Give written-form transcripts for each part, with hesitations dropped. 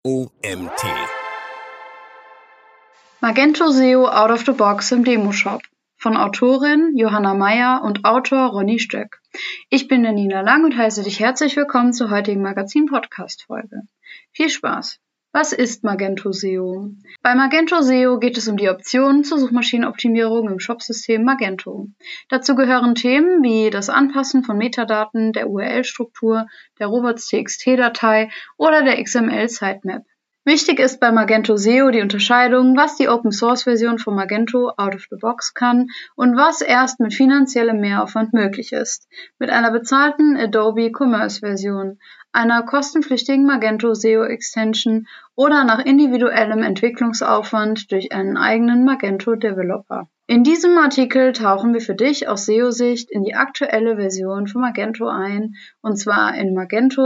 OMT. Magento SEO out of the box im Demoshop von Autorin Johanna Meyer und Autor Ronny Stöck. Ich bin der Nina Lang und heiße dich herzlich willkommen zur heutigen Magazin-Podcast-Folge. Viel Spaß! Was ist Magento SEO? Bei Magento SEO geht es um die Optionen zur Suchmaschinenoptimierung im Shopsystem Magento. Dazu gehören Themen wie das Anpassen von Metadaten, der URL-Struktur, der Robots.txt-Datei oder der XML-Sitemap. Wichtig ist bei Magento SEO die Unterscheidung, was die Open-Source-Version von Magento out of the box kann und was erst mit finanziellem Mehraufwand möglich ist, mit einer bezahlten Adobe Commerce-Version, einer kostenpflichtigen Magento SEO-Extension oder nach individuellem Entwicklungsaufwand durch einen eigenen Magento-Developer. In diesem Artikel tauchen wir für dich aus SEO-Sicht in die aktuelle Version von Magento ein, und zwar in Magento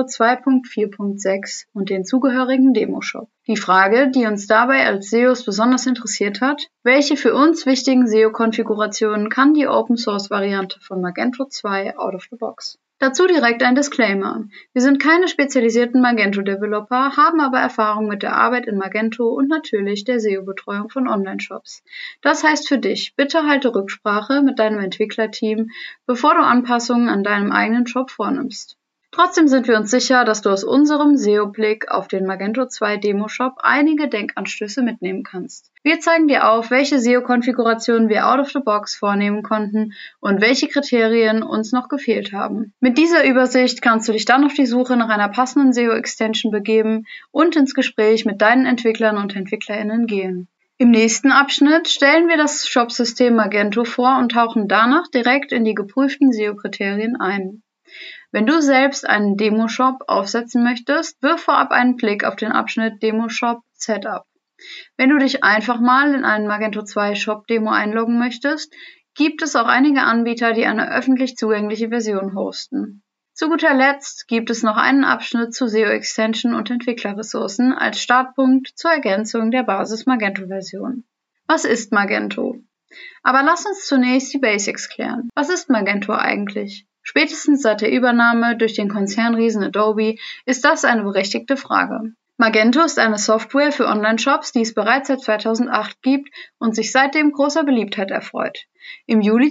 2.4.6 und den zugehörigen Demoshop. Die Frage, die uns dabei als SEOs besonders interessiert hat: Welche für uns wichtigen SEO-Konfigurationen kann die Open-Source-Variante von Magento 2 out of the box? Dazu direkt ein Disclaimer. Wir sind keine spezialisierten Magento-Developer, haben aber Erfahrung mit der Arbeit in Magento und natürlich der SEO-Betreuung von Online-Shops. Das heißt für dich, bitte halte Rücksprache mit deinem Entwicklerteam, bevor du Anpassungen an deinem eigenen Shop vornimmst. Trotzdem sind wir uns sicher, dass du aus unserem SEO-Blick auf den Magento 2 Demoshop einige Denkanstöße mitnehmen kannst. Wir zeigen dir auf, welche SEO-Konfigurationen wir out of the box vornehmen konnten und welche Kriterien uns noch gefehlt haben. Mit dieser Übersicht kannst du dich dann auf die Suche nach einer passenden SEO-Extension begeben und ins Gespräch mit deinen Entwicklern und EntwicklerInnen gehen. Im nächsten Abschnitt stellen wir das Shopsystem Magento vor und tauchen danach direkt in die geprüften SEO-Kriterien ein. Wenn du selbst einen Demoshop aufsetzen möchtest, wirf vorab einen Blick auf den Abschnitt Demoshop Setup. Wenn du dich einfach mal in einen Magento 2 Shop Demo einloggen möchtest, gibt es auch einige Anbieter, die eine öffentlich zugängliche Version hosten. Zu guter Letzt gibt es noch einen Abschnitt zu SEO-Extension und Entwicklerressourcen als Startpunkt zur Ergänzung der Basis-Magento-Version. Was ist Magento? Aber lass uns zunächst die Basics klären. Was ist Magento eigentlich? Spätestens seit der Übernahme durch den Konzernriesen Adobe ist das eine berechtigte Frage. Magento ist eine Software für Online-Shops, die es bereits seit 2008 gibt und sich seitdem großer Beliebtheit erfreut. Im Juli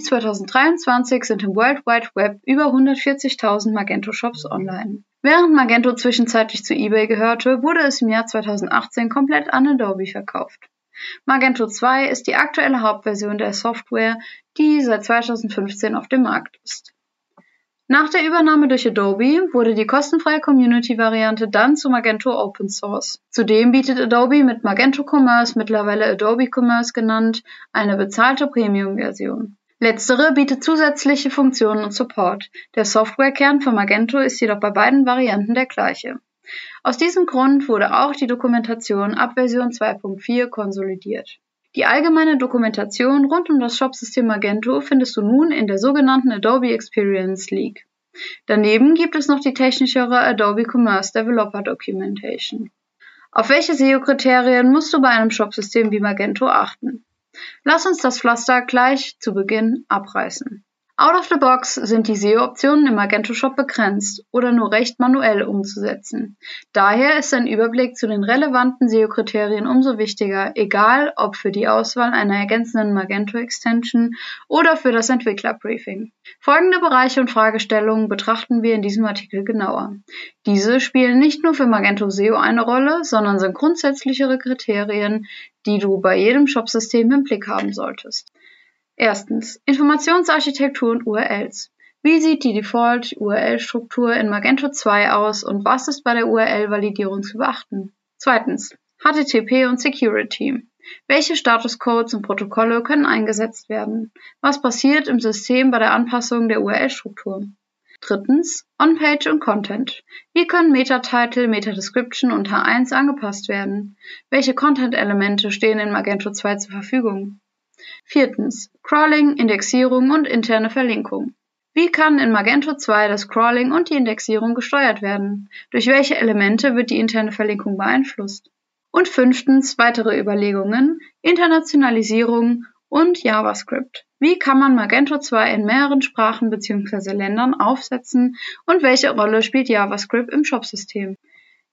2023 sind im World Wide Web über 140.000 Magento-Shops online. Während Magento zwischenzeitlich zu eBay gehörte, wurde es im Jahr 2018 komplett an Adobe verkauft. Magento 2 ist die aktuelle Hauptversion der Software, die seit 2015 auf dem Markt ist. Nach der Übernahme durch Adobe wurde die kostenfreie Community-Variante dann zu Magento Open Source. Zudem bietet Adobe mit Magento Commerce, mittlerweile Adobe Commerce genannt, eine bezahlte Premium-Version. Letztere bietet zusätzliche Funktionen und Support. Der Softwarekern von Magento ist jedoch bei beiden Varianten der gleiche. Aus diesem Grund wurde auch die Dokumentation ab Version 2.4 konsolidiert. Die allgemeine Dokumentation rund um das Shopsystem Magento findest du nun in der sogenannten Adobe Experience League. Daneben gibt es noch die technischere Adobe Commerce Developer Documentation. Auf welche SEO-Kriterien musst du bei einem Shopsystem wie Magento achten? Lass uns das Pflaster gleich zu Beginn abreißen. Out of the box sind die SEO-Optionen im Magento Shop begrenzt oder nur recht manuell umzusetzen. Daher ist ein Überblick zu den relevanten SEO-Kriterien umso wichtiger, egal ob für die Auswahl einer ergänzenden Magento-Extension oder für das Entwicklerbriefing. Folgende Bereiche und Fragestellungen betrachten wir in diesem Artikel genauer. Diese spielen nicht nur für Magento SEO eine Rolle, sondern sind grundsätzlichere Kriterien, die du bei jedem Shopsystem im Blick haben solltest. Erstens, Informationsarchitektur und URLs. Wie sieht die Default-URL-Struktur in Magento 2 aus und was ist bei der URL-Validierung zu beachten? Zweitens, HTTP und Security. Welche Statuscodes und Protokolle können eingesetzt werden? Was passiert im System bei der Anpassung der URL-Struktur? Drittens, On-Page und Content. Wie können Meta-Title, Meta-Description und H1 angepasst werden? Welche Content-Elemente stehen in Magento 2 zur Verfügung? Viertens, Crawling, Indexierung und interne Verlinkung. Wie kann in Magento 2 das Crawling und die Indexierung gesteuert werden? Durch welche Elemente wird die interne Verlinkung beeinflusst? Und fünftens, weitere Überlegungen, Internationalisierung und JavaScript. Wie kann man Magento 2 in mehreren Sprachen bzw. Ländern aufsetzen und welche Rolle spielt JavaScript im Shopsystem?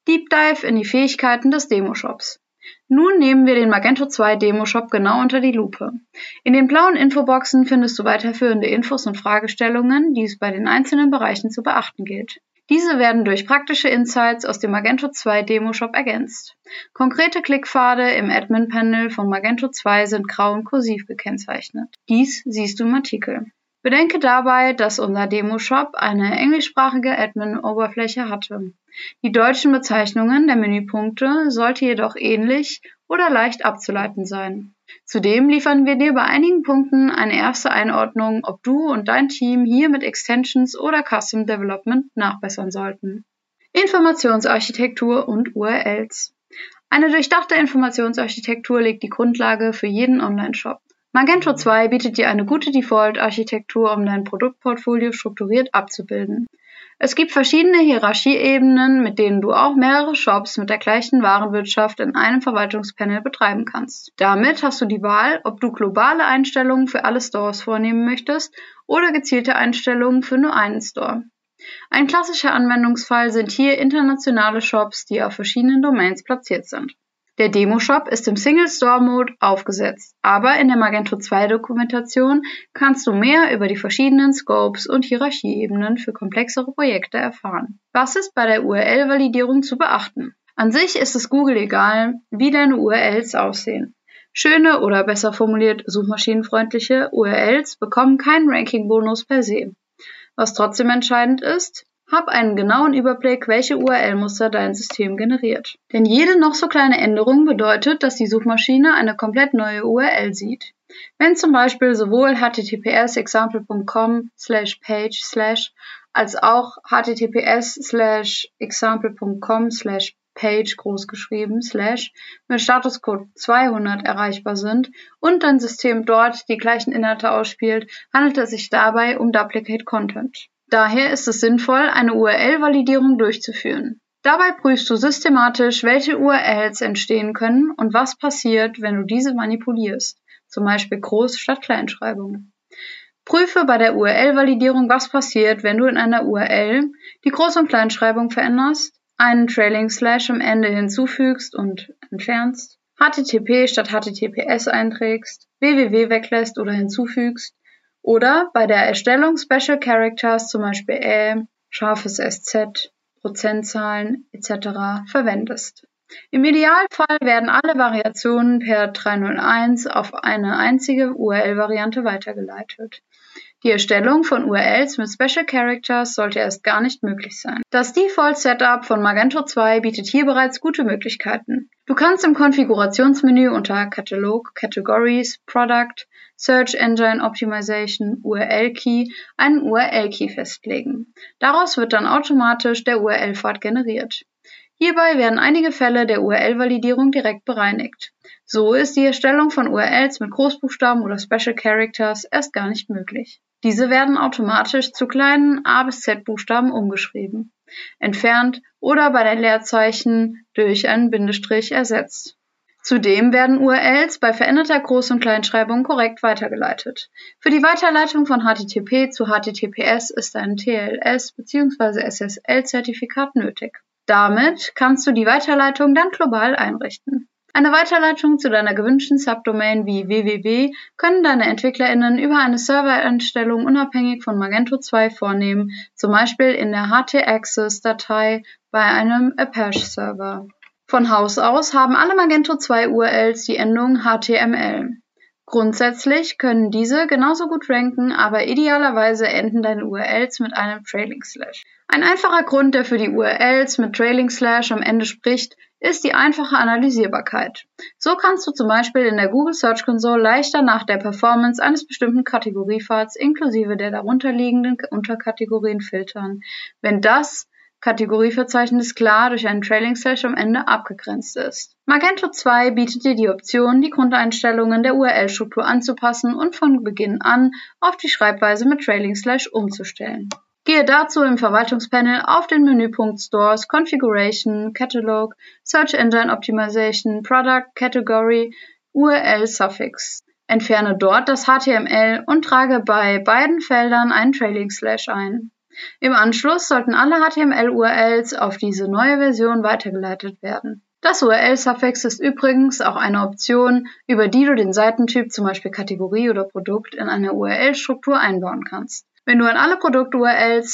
Deep Dive in die Fähigkeiten des Demoshops. Nun nehmen wir den Magento 2 Demoshop genau unter die Lupe. In den blauen Infoboxen findest du weiterführende Infos und Fragestellungen, die es bei den einzelnen Bereichen zu beachten gilt. Diese werden durch praktische Insights aus dem Magento 2 Demoshop ergänzt. Konkrete Klickpfade im Admin-Panel von Magento 2 sind grau und kursiv gekennzeichnet. Dies siehst du im Artikel. Bedenke dabei, dass unser Demoshop eine englischsprachige Admin-Oberfläche hatte. Die deutschen Bezeichnungen der Menüpunkte sollte jedoch ähnlich oder leicht abzuleiten sein. Zudem liefern wir dir bei einigen Punkten eine erste Einordnung, ob du und dein Team hier mit Extensions oder Custom Development nachbessern sollten. Informationsarchitektur und URLs. Eine durchdachte Informationsarchitektur legt die Grundlage für jeden Online-Shop. Magento 2 bietet dir eine gute Default-Architektur, um dein Produktportfolio strukturiert abzubilden. Es gibt verschiedene Hierarchieebenen, mit denen du auch mehrere Shops mit der gleichen Warenwirtschaft in einem Verwaltungspanel betreiben kannst. Damit hast du die Wahl, ob du globale Einstellungen für alle Stores vornehmen möchtest oder gezielte Einstellungen für nur einen Store. Ein klassischer Anwendungsfall sind hier internationale Shops, die auf verschiedenen Domains platziert sind. Der Demoshop ist im Single-Store-Mode aufgesetzt, aber in der Magento 2 Dokumentation kannst du mehr über die verschiedenen Scopes und Hierarchieebenen für komplexere Projekte erfahren. Was ist bei der URL-Validierung zu beachten? An sich ist es Google egal, wie deine URLs aussehen. Schöne oder besser formuliert suchmaschinenfreundliche URLs bekommen keinen Ranking-Bonus per se. Was trotzdem entscheidend ist: Hab einen genauen Überblick, welche URL-Muster dein System generiert. Denn jede noch so kleine Änderung bedeutet, dass die Suchmaschine eine komplett neue URL sieht. Wenn zum Beispiel sowohl https://example.com/page/ als auch https://example.com/page großgeschrieben / mit Statuscode 200 erreichbar sind und dein System dort die gleichen Inhalte ausspielt, handelt es sich dabei um Duplicate Content. Daher ist es sinnvoll, eine URL-Validierung durchzuführen. Dabei prüfst du systematisch, welche URLs entstehen können und was passiert, wenn du diese manipulierst, zum Beispiel Groß- statt Kleinschreibung. Prüfe bei der URL-Validierung, was passiert, wenn du in einer URL die Groß- und Kleinschreibung veränderst, einen Trailing Slash am Ende hinzufügst und entfernst, HTTP statt HTTPS einträgst, www weglässt oder hinzufügst, oder bei der Erstellung Special Characters, zum Beispiel scharfes SZ, Prozentzahlen etc. verwendest. Im Idealfall werden alle Variationen per 301 auf eine einzige URL-Variante weitergeleitet. Die Erstellung von URLs mit Special Characters sollte erst gar nicht möglich sein. Das Default-Setup von Magento 2 bietet hier bereits gute Möglichkeiten. Du kannst im Konfigurationsmenü unter Katalog, Categories, Product, Search Engine Optimization, URL-Key einen URL-Key festlegen. Daraus wird dann automatisch der URL-Pfad generiert. Hierbei werden einige Fälle der URL-Validierung direkt bereinigt. So ist die Erstellung von URLs mit Großbuchstaben oder Special Characters erst gar nicht möglich. Diese werden automatisch zu kleinen A bis Z Buchstaben umgeschrieben, entfernt oder bei den Leerzeichen durch einen Bindestrich ersetzt. Zudem werden URLs bei veränderter Groß- und Kleinschreibung korrekt weitergeleitet. Für die Weiterleitung von HTTP zu HTTPS ist ein TLS bzw. SSL-Zertifikat nötig. Damit kannst du die Weiterleitung dann global einrichten. Eine Weiterleitung zu deiner gewünschten Subdomain wie www können deine EntwicklerInnen über eine Servereinstellung unabhängig von Magento 2 vornehmen, zum Beispiel in der htaccess-Datei bei einem Apache-Server. Von Haus aus haben alle Magento 2 URLs die Endung HTML. Grundsätzlich können diese genauso gut ranken, aber idealerweise enden deine URLs mit einem Trailing Slash. Ein einfacher Grund, der für die URLs mit Trailing Slash am Ende spricht, ist die einfache Analysierbarkeit. So kannst du zum Beispiel in der Google Search Console leichter nach der Performance eines bestimmten Kategoriepfads inklusive der darunterliegenden Unterkategorien filtern, wenn das Kategorieverzeichnis klar durch einen Trailing Slash am Ende abgegrenzt ist. Magento 2 bietet dir die Option, die Grundeinstellungen der URL-Struktur anzupassen und von Beginn an auf die Schreibweise mit Trailing Slash umzustellen. Gehe dazu im Verwaltungspanel auf den Menüpunkt Stores, Configuration, Catalog, Search Engine Optimization, Product, Category, URL Suffix. Entferne dort das HTML und trage bei beiden Feldern einen Trailing Slash ein. Im Anschluss sollten alle HTML-URLs auf diese neue Version weitergeleitet werden. Das URL-Suffix ist übrigens auch eine Option, über die du den Seitentyp, zum Beispiel Kategorie oder Produkt, in eine URL-Struktur einbauen kannst. Wenn du an alle Produkt-URLs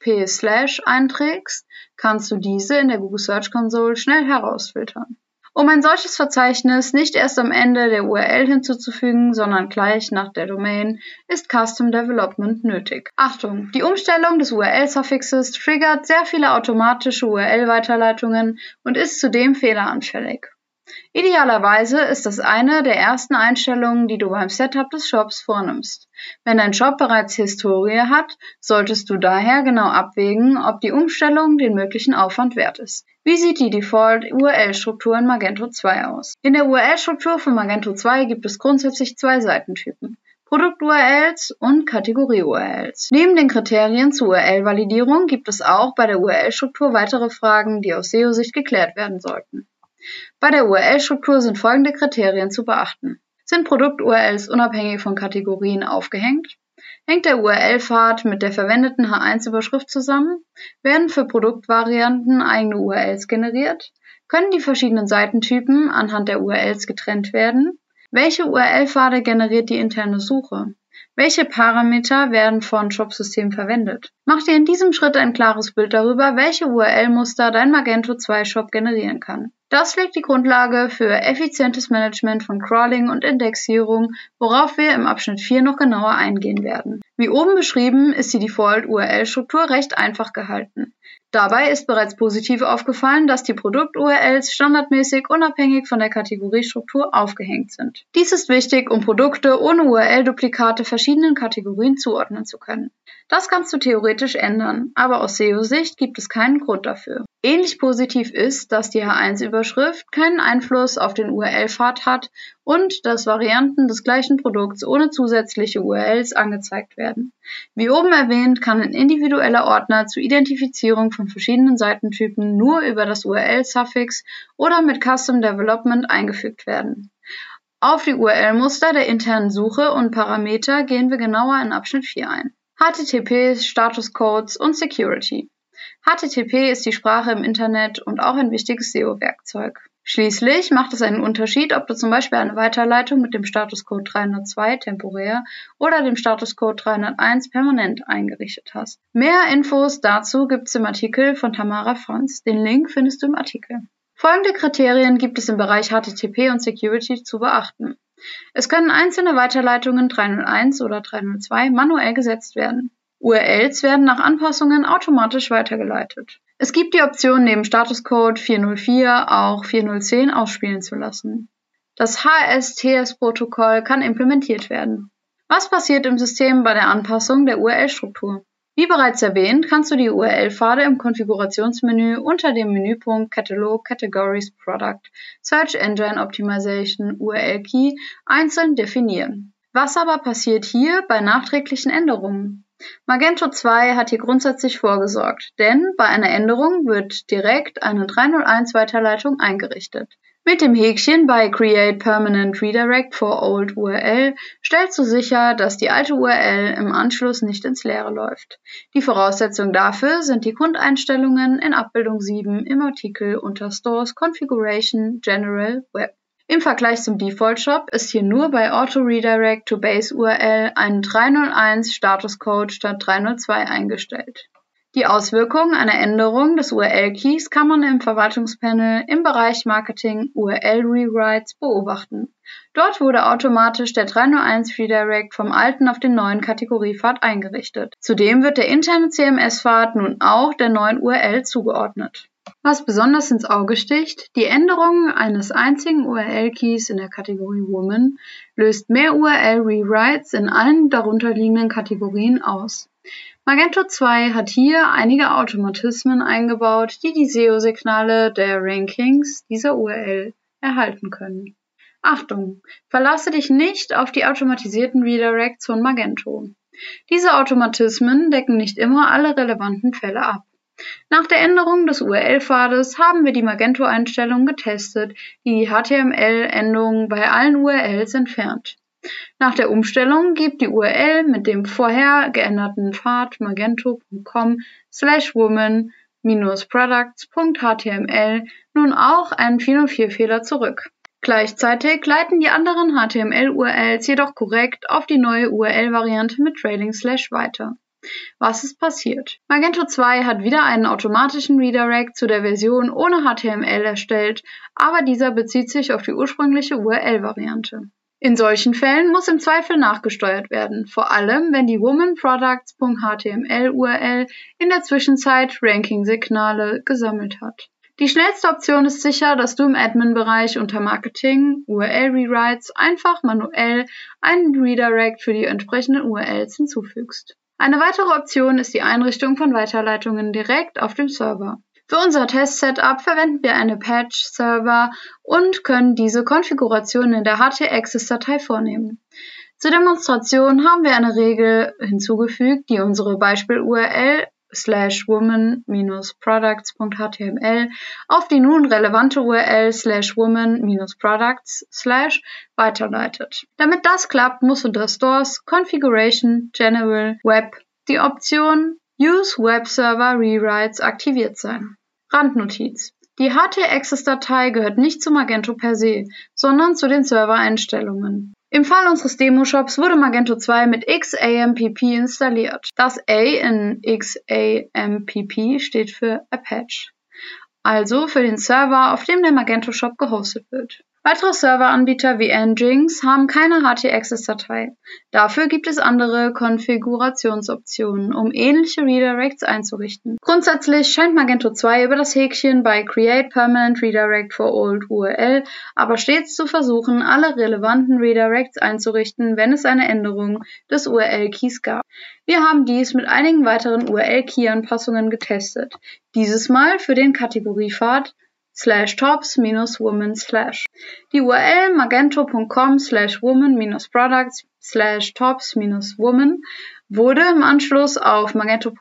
/p/ einträgst, kannst du diese in der Google Search Console schnell herausfiltern. Um ein solches Verzeichnis nicht erst am Ende der URL hinzuzufügen, sondern gleich nach der Domain, ist Custom Development nötig. Achtung! Die Umstellung des URL-Suffixes triggert sehr viele automatische URL-Weiterleitungen und ist zudem fehleranfällig. Idealerweise ist das eine der ersten Einstellungen, die du beim Setup des Shops vornimmst. Wenn dein Shop bereits Historie hat, solltest du daher genau abwägen, ob die Umstellung den möglichen Aufwand wert ist. Wie sieht die Default-URL-Struktur in Magento 2 aus? In der URL-Struktur von Magento 2 gibt es grundsätzlich zwei Seitentypen: Produkt-URLs und Kategorie-URLs. Neben den Kriterien zur URL-Validierung gibt es auch bei der URL-Struktur weitere Fragen, die aus SEO-Sicht geklärt werden sollten. Bei der URL-Struktur sind folgende Kriterien zu beachten: Sind Produkt-URLs unabhängig von Kategorien aufgehängt? Hängt der URL-Pfad mit der verwendeten H1-Überschrift zusammen? Werden für Produktvarianten eigene URLs generiert? Können die verschiedenen Seitentypen anhand der URLs getrennt werden? Welche URL-Pfade generiert die interne Suche? Welche Parameter werden von Shopsystemen verwendet? Mach dir in diesem Schritt ein klares Bild darüber, welche URL-Muster dein Magento 2 Shop generieren kann. Das legt die Grundlage für effizientes Management von Crawling und Indexierung, worauf wir im Abschnitt 4 noch genauer eingehen werden. Wie oben beschrieben, ist die Default-URL-Struktur recht einfach gehalten. Dabei ist bereits positiv aufgefallen, dass die Produkt-URLs standardmäßig unabhängig von der Kategoriestruktur aufgehängt sind. Dies ist wichtig, um Produkte ohne URL-Duplikate verschiedenen Kategorien zuordnen zu können. Das kannst du theoretisch ändern, aber aus SEO-Sicht gibt es keinen Grund dafür. Ähnlich positiv ist, dass die H1-Überschrift keinen Einfluss auf den URL-Pfad hat und dass Varianten des gleichen Produkts ohne zusätzliche URLs angezeigt werden. Wie oben erwähnt, kann ein individueller Ordner zur Identifizierung von verschiedenen Seitentypen nur über das URL-Suffix oder mit Custom Development eingefügt werden. Auf die URL-Muster der internen Suche und Parameter gehen wir genauer in Abschnitt 4 ein. HTTP, Statuscodes und Security. HTTP ist die Sprache im Internet und auch ein wichtiges SEO-Werkzeug. Schließlich macht es einen Unterschied, ob du zum Beispiel eine Weiterleitung mit dem Statuscode 302 temporär oder dem Statuscode 301 permanent eingerichtet hast. Mehr Infos dazu gibt's im Artikel von Tamara Franz. Den Link findest du im Artikel. Folgende Kriterien gibt es im Bereich HTTP und Security zu beachten. Es können einzelne Weiterleitungen 301 oder 302 manuell gesetzt werden. URLs werden nach Anpassungen automatisch weitergeleitet. Es gibt die Option, neben Statuscode 404 auch 4010 ausspielen zu lassen. Das HSTS-Protokoll kann implementiert werden. Was passiert im System bei der Anpassung der URL-Struktur? Wie bereits erwähnt, kannst du die URL-Pfade im Konfigurationsmenü unter dem Menüpunkt Catalog Categories Product Search Engine Optimization URL Key einzeln definieren. Was aber passiert hier bei nachträglichen Änderungen? Magento 2 hat hier grundsätzlich vorgesorgt, denn bei einer Änderung wird direkt eine 301-Weiterleitung eingerichtet. Mit dem Häkchen bei Create Permanent Redirect for Old URL stellst du sicher, dass die alte URL im Anschluss nicht ins Leere läuft. Die Voraussetzung dafür sind die Grundeinstellungen in Abbildung 7 im Artikel unter Stores Configuration General Web. Im Vergleich zum Default-Shop ist hier nur bei Auto Redirect to Base URL ein 301 Statuscode statt 302 eingestellt. Die Auswirkungen einer Änderung des URL-Keys kann man im Verwaltungspanel im Bereich Marketing URL-Rewrites beobachten. Dort wurde automatisch der 301 Redirect vom alten auf den neuen Kategoriepfad eingerichtet. Zudem wird der interne CMS-Pfad nun auch der neuen URL zugeordnet. Was besonders ins Auge sticht: Die Änderung eines einzigen URL-Keys in der Kategorie Woman löst mehr URL-Rewrites in allen darunterliegenden Kategorien aus. Magento 2 hat hier einige Automatismen eingebaut, die die SEO-Signale der Rankings dieser URL erhalten können. Achtung! Verlasse dich nicht auf die automatisierten Redirects von Magento. Diese Automatismen decken nicht immer alle relevanten Fälle ab. Nach der Änderung des URL-Pfades haben wir die Magento-Einstellung getestet, die HTML-Endungen bei allen URLs entfernt. Nach der Umstellung gibt die URL mit dem vorher geänderten Pfad magento.com/woman-products.html nun auch einen 404-Fehler zurück. Gleichzeitig leiten die anderen HTML-URLs jedoch korrekt auf die neue URL-Variante mit Trailing Slash weiter. Was ist passiert? Magento 2 hat wieder einen automatischen Redirect zu der Version ohne HTML erstellt, aber dieser bezieht sich auf die ursprüngliche URL-Variante. In solchen Fällen muss im Zweifel nachgesteuert werden, vor allem wenn die womanproducts.html-URL in der Zwischenzeit Ranking-Signale gesammelt hat. Die schnellste Option ist sicher, dass du im Admin-Bereich unter Marketing, URL-Rewrites einfach manuell einen Redirect für die entsprechenden URLs hinzufügst. Eine weitere Option ist die Einrichtung von Weiterleitungen direkt auf dem Server. Für unser Test-Setup verwenden wir einen Apache-Server und können diese Konfiguration in der ht-access-Datei vornehmen. Zur Demonstration haben wir eine Regel hinzugefügt, die unsere Beispiel-URL /woman-products.html auf die nun relevante URL /woman-products/ weiterleitet. Damit das klappt, muss unter Stores Configuration General Web die Option Use Web Server Rewrites aktiviert sein. Randnotiz: Die ht-access-Datei gehört nicht zu Magento per se, sondern zu den Servereinstellungen. Im Fall unseres Demo-Shops wurde Magento 2 mit XAMPP installiert. Das A in XAMPP steht für Apache, also für den Server, auf dem der Magento Shop gehostet wird. Weitere Serveranbieter wie Nginx haben keine ht-access-Datei. Dafür gibt es andere Konfigurationsoptionen, um ähnliche Redirects einzurichten. Grundsätzlich scheint Magento 2 über das Häkchen bei Create Permanent Redirect for Old URL aber stets zu versuchen, alle relevanten Redirects einzurichten, wenn es eine Änderung des URL-Keys gab. Wir haben dies mit einigen weiteren URL-Key-Anpassungen getestet, dieses Mal für den Kategoriepfad /tops-woman/. Die URL magento.com/woman-products/tops-woman wurde im Anschluss auf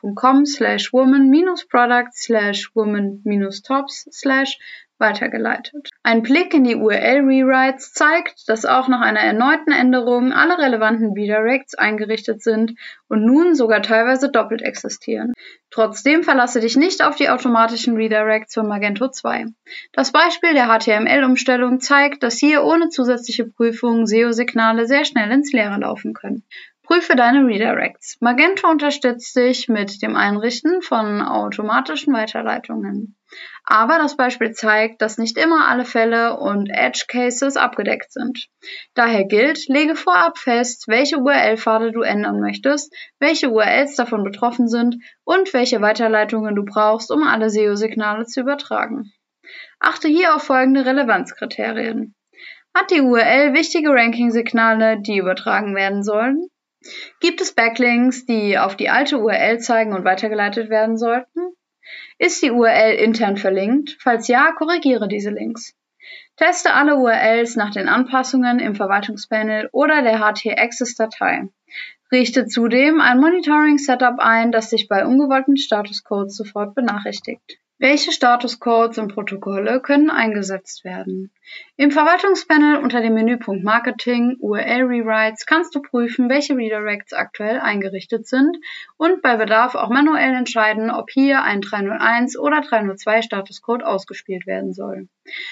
magento.com/woman-products/woman-tops/ weitergeleitet. Ein Blick in die URL-Rewrites zeigt, dass auch nach einer erneuten Änderung alle relevanten Redirects eingerichtet sind und nun sogar teilweise doppelt existieren. Trotzdem verlasse dich nicht auf die automatischen Redirects von Magento 2. Das Beispiel der HTML-Umstellung zeigt, dass hier ohne zusätzliche Prüfung SEO-Signale sehr schnell ins Leere laufen können. Prüfe deine Redirects. Magento unterstützt dich mit dem Einrichten von automatischen Weiterleitungen. Aber das Beispiel zeigt, dass nicht immer alle Fälle und Edge Cases abgedeckt sind. Daher gilt, lege vorab fest, welche URL-Pfade du ändern möchtest, welche URLs davon betroffen sind und welche Weiterleitungen du brauchst, um alle SEO-Signale zu übertragen. Achte hier auf folgende Relevanzkriterien. Hat die URL wichtige Ranking-Signale, die übertragen werden sollen? Gibt es Backlinks, die auf die alte URL zeigen und weitergeleitet werden sollten? Ist die URL intern verlinkt? Falls ja, korrigiere diese Links. Teste alle URLs nach den Anpassungen im Verwaltungspanel oder der ht-access-Datei. Richte zudem ein Monitoring-Setup ein, das dich bei ungewollten Statuscodes sofort benachrichtigt. Welche Statuscodes und Protokolle können eingesetzt werden? Im Verwaltungspanel unter dem Menüpunkt Marketing, URL-Rewrites kannst du prüfen, welche Redirects aktuell eingerichtet sind und bei Bedarf auch manuell entscheiden, ob hier ein 301 oder 302 Statuscode ausgespielt werden soll.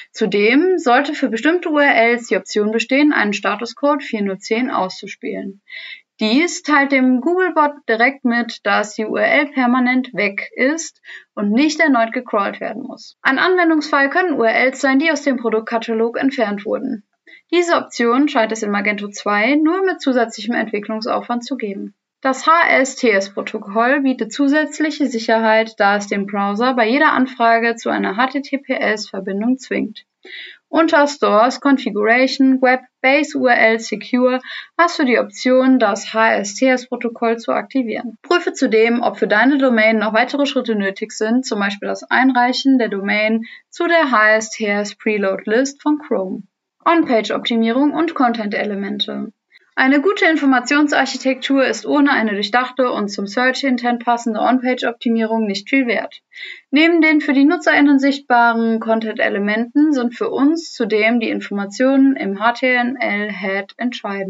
Zudem sollte für bestimmte URLs die Option bestehen, einen Statuscode 410 auszuspielen. Dies teilt dem Googlebot direkt mit, dass die URL permanent weg ist und nicht erneut gecrawlt werden muss. Ein Anwendungsfall können URLs sein, die aus dem Produktkatalog entfernt wurden. Diese Option scheint es in Magento 2 nur mit zusätzlichem Entwicklungsaufwand zu geben. Das HSTS-Protokoll bietet zusätzliche Sicherheit, da es den Browser bei jeder Anfrage zu einer HTTPS-Verbindung zwingt. Unter Stores Configuration Web Base URL Secure hast du die Option, das HSTS-Protokoll zu aktivieren. Prüfe zudem, ob für deine Domain noch weitere Schritte nötig sind, zum Beispiel das Einreichen der Domain zu der HSTS Preload List von Chrome. On-Page-Optimierung und Content-Elemente. Eine gute Informationsarchitektur ist ohne eine durchdachte und zum Search-Intent passende On-Page-Optimierung nicht viel wert. Neben den für die NutzerInnen sichtbaren Content-Elementen sind für uns zudem die Informationen im HTML-Head entscheidend.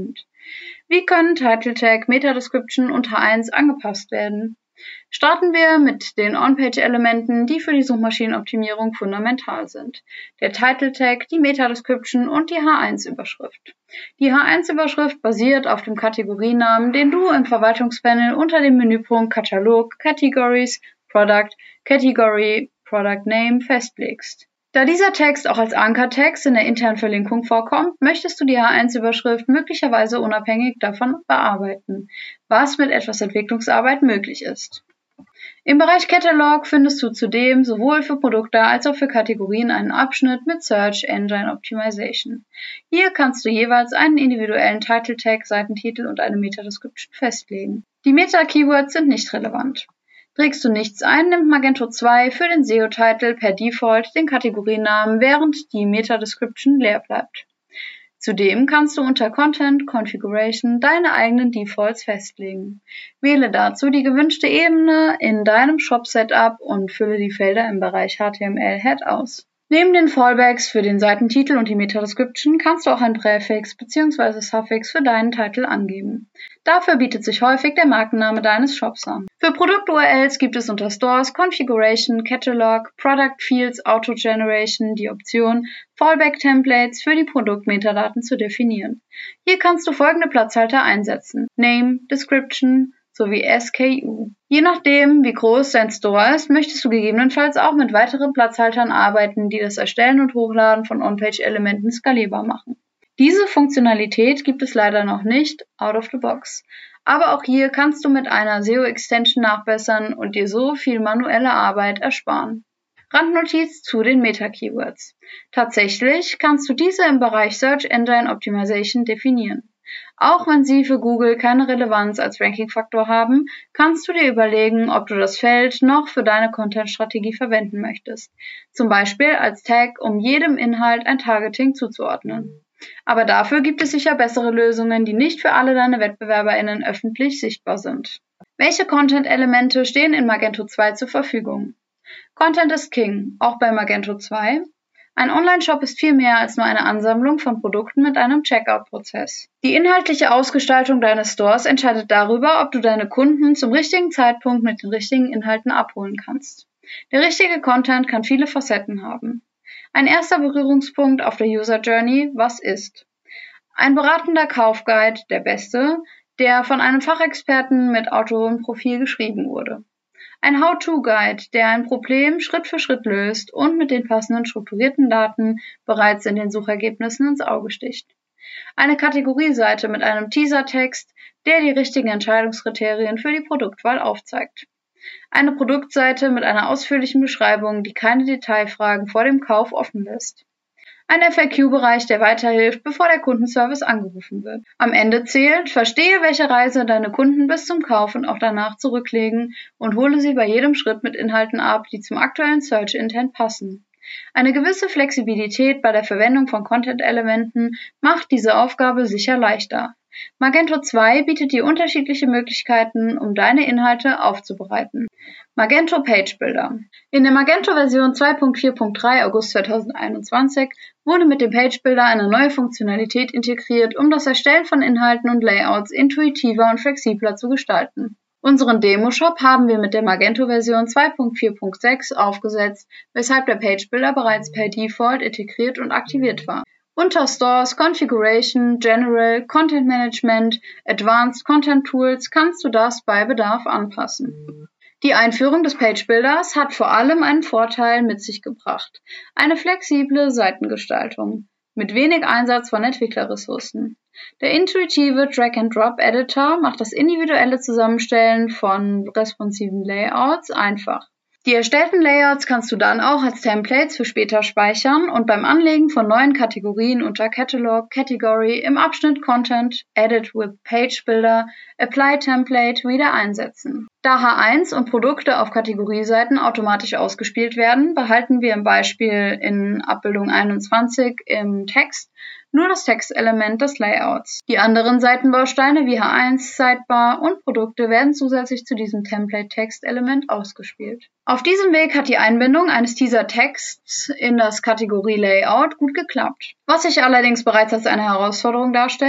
Wie können Title Tag, Meta Description und H1 angepasst werden? Starten wir mit den On-Page-Elementen, die für die Suchmaschinenoptimierung fundamental sind. Der Title Tag, die Meta Description und die H1-Überschrift. Die H1-Überschrift basiert auf dem Kategorienamen, den du im Verwaltungspanel unter dem Menüpunkt Katalog, Categories, Product, Category, Product Name festlegst. Da dieser Text auch als Ankertext in der internen Verlinkung vorkommt, möchtest du die H1-Überschrift möglicherweise unabhängig davon bearbeiten, was mit etwas Entwicklungsarbeit möglich ist. Im Bereich Catalog findest du zudem sowohl für Produkte als auch für Kategorien einen Abschnitt mit Search Engine Optimization. Hier kannst du jeweils einen individuellen Title Tag, Seitentitel und eine Meta-Description festlegen. Die Meta-Keywords sind nicht relevant. Trägst du nichts ein, nimmt Magento 2 für den SEO-Titel per Default den Kategorienamen, während die Meta-Description leer bleibt. Zudem kannst du unter Content Configuration deine eigenen Defaults festlegen. Wähle dazu die gewünschte Ebene in deinem Shop-Setup und fülle die Felder im Bereich HTML-Head aus. Neben den Fallbacks für den Seitentitel und die Meta-Description kannst du auch ein Präfix bzw. Suffix für deinen Titel angeben. Dafür bietet sich häufig der Markenname deines Shops an. Für Produkt-URLs gibt es unter Stores, Configuration, Catalog, Product Fields, Auto-Generation die Option, Fallback-Templates für die Produkt-Metadaten zu definieren. Hier kannst du folgende Platzhalter einsetzen: Name, Description sowie SKU. Je nachdem, wie groß dein Store ist, möchtest du gegebenenfalls auch mit weiteren Platzhaltern arbeiten, die das Erstellen und Hochladen von On-Page-Elementen skalierbar machen. Diese Funktionalität gibt es leider noch nicht out of the box. Aber auch hier kannst du mit einer SEO-Extension nachbessern und dir so viel manuelle Arbeit ersparen. Randnotiz zu den Meta-Keywords. Tatsächlich kannst du diese im Bereich Search Engine Optimization definieren. Auch wenn sie für Google keine Relevanz als Ranking-Faktor haben, kannst du dir überlegen, ob du das Feld noch für deine Content-Strategie verwenden möchtest. Zum Beispiel als Tag, um jedem Inhalt ein Targeting zuzuordnen. Aber dafür gibt es sicher bessere Lösungen, die nicht für alle deine WettbewerberInnen öffentlich sichtbar sind. Welche Content-Elemente stehen in Magento 2 zur Verfügung? Content ist King, auch bei Magento 2. Ein Online-Shop ist viel mehr als nur eine Ansammlung von Produkten mit einem Checkout-Prozess. Die inhaltliche Ausgestaltung deines Stores entscheidet darüber, ob du deine Kunden zum richtigen Zeitpunkt mit den richtigen Inhalten abholen kannst. Der richtige Content kann viele Facetten haben. Ein erster Berührungspunkt auf der User Journey: Was ist? Ein beratender Kaufguide, der beste, der von einem Fachexperten mit Autorenprofil geschrieben wurde. Ein How-to-Guide, der ein Problem Schritt für Schritt löst und mit den passenden strukturierten Daten bereits in den Suchergebnissen ins Auge sticht. Eine Kategorieseite mit einem Teasertext, der die richtigen Entscheidungskriterien für die Produktwahl aufzeigt. Eine Produktseite mit einer ausführlichen Beschreibung, die keine Detailfragen vor dem Kauf offen lässt. Ein FAQ-Bereich, der weiterhilft, bevor der Kundenservice angerufen wird. Am Ende zählt: Verstehe, welche Reise deine Kunden bis zum Kauf und auch danach zurücklegen und hole sie bei jedem Schritt mit Inhalten ab, die zum aktuellen Search Intent passen. Eine gewisse Flexibilität bei der Verwendung von Content-Elementen macht diese Aufgabe sicher leichter. Magento 2 bietet dir unterschiedliche Möglichkeiten, um deine Inhalte aufzubereiten. Magento Page Builder. In der Magento-Version 2.4.3 August 2021 wurde mit dem Page Builder eine neue Funktionalität integriert, um das Erstellen von Inhalten und Layouts intuitiver und flexibler zu gestalten. Unseren Demo-Shop haben wir mit der Magento-Version 2.4.6 aufgesetzt, weshalb der Page Builder bereits per Default integriert und aktiviert war. Unter Stores, Configuration, General, Content Management, Advanced Content Tools kannst du das bei Bedarf anpassen. Die Einführung des Page Builders hat vor allem einen Vorteil mit sich gebracht: eine flexible Seitengestaltung mit wenig Einsatz von Entwicklerressourcen. Der intuitive Drag-and-Drop-Editor macht das individuelle Zusammenstellen von responsiven Layouts einfach. Die erstellten Layouts kannst du dann auch als Templates für später speichern und beim Anlegen von neuen Kategorien unter Catalog, Category im Abschnitt Content, Edit with Page Builder, Apply Template wieder einsetzen. Da H1 und Produkte auf Kategorieseiten automatisch ausgespielt werden, behalten wir im Beispiel in Abbildung 21 im Text nur das Textelement des Layouts. Die anderen Seitenbausteine wie H1, Sidebar und Produkte werden zusätzlich zu diesem Template-Textelement ausgespielt. Auf diesem Weg hat die Einbindung eines Teaser-Texts in das Kategorie-Layout gut geklappt. Was sich allerdings bereits als eine Herausforderung darstellt: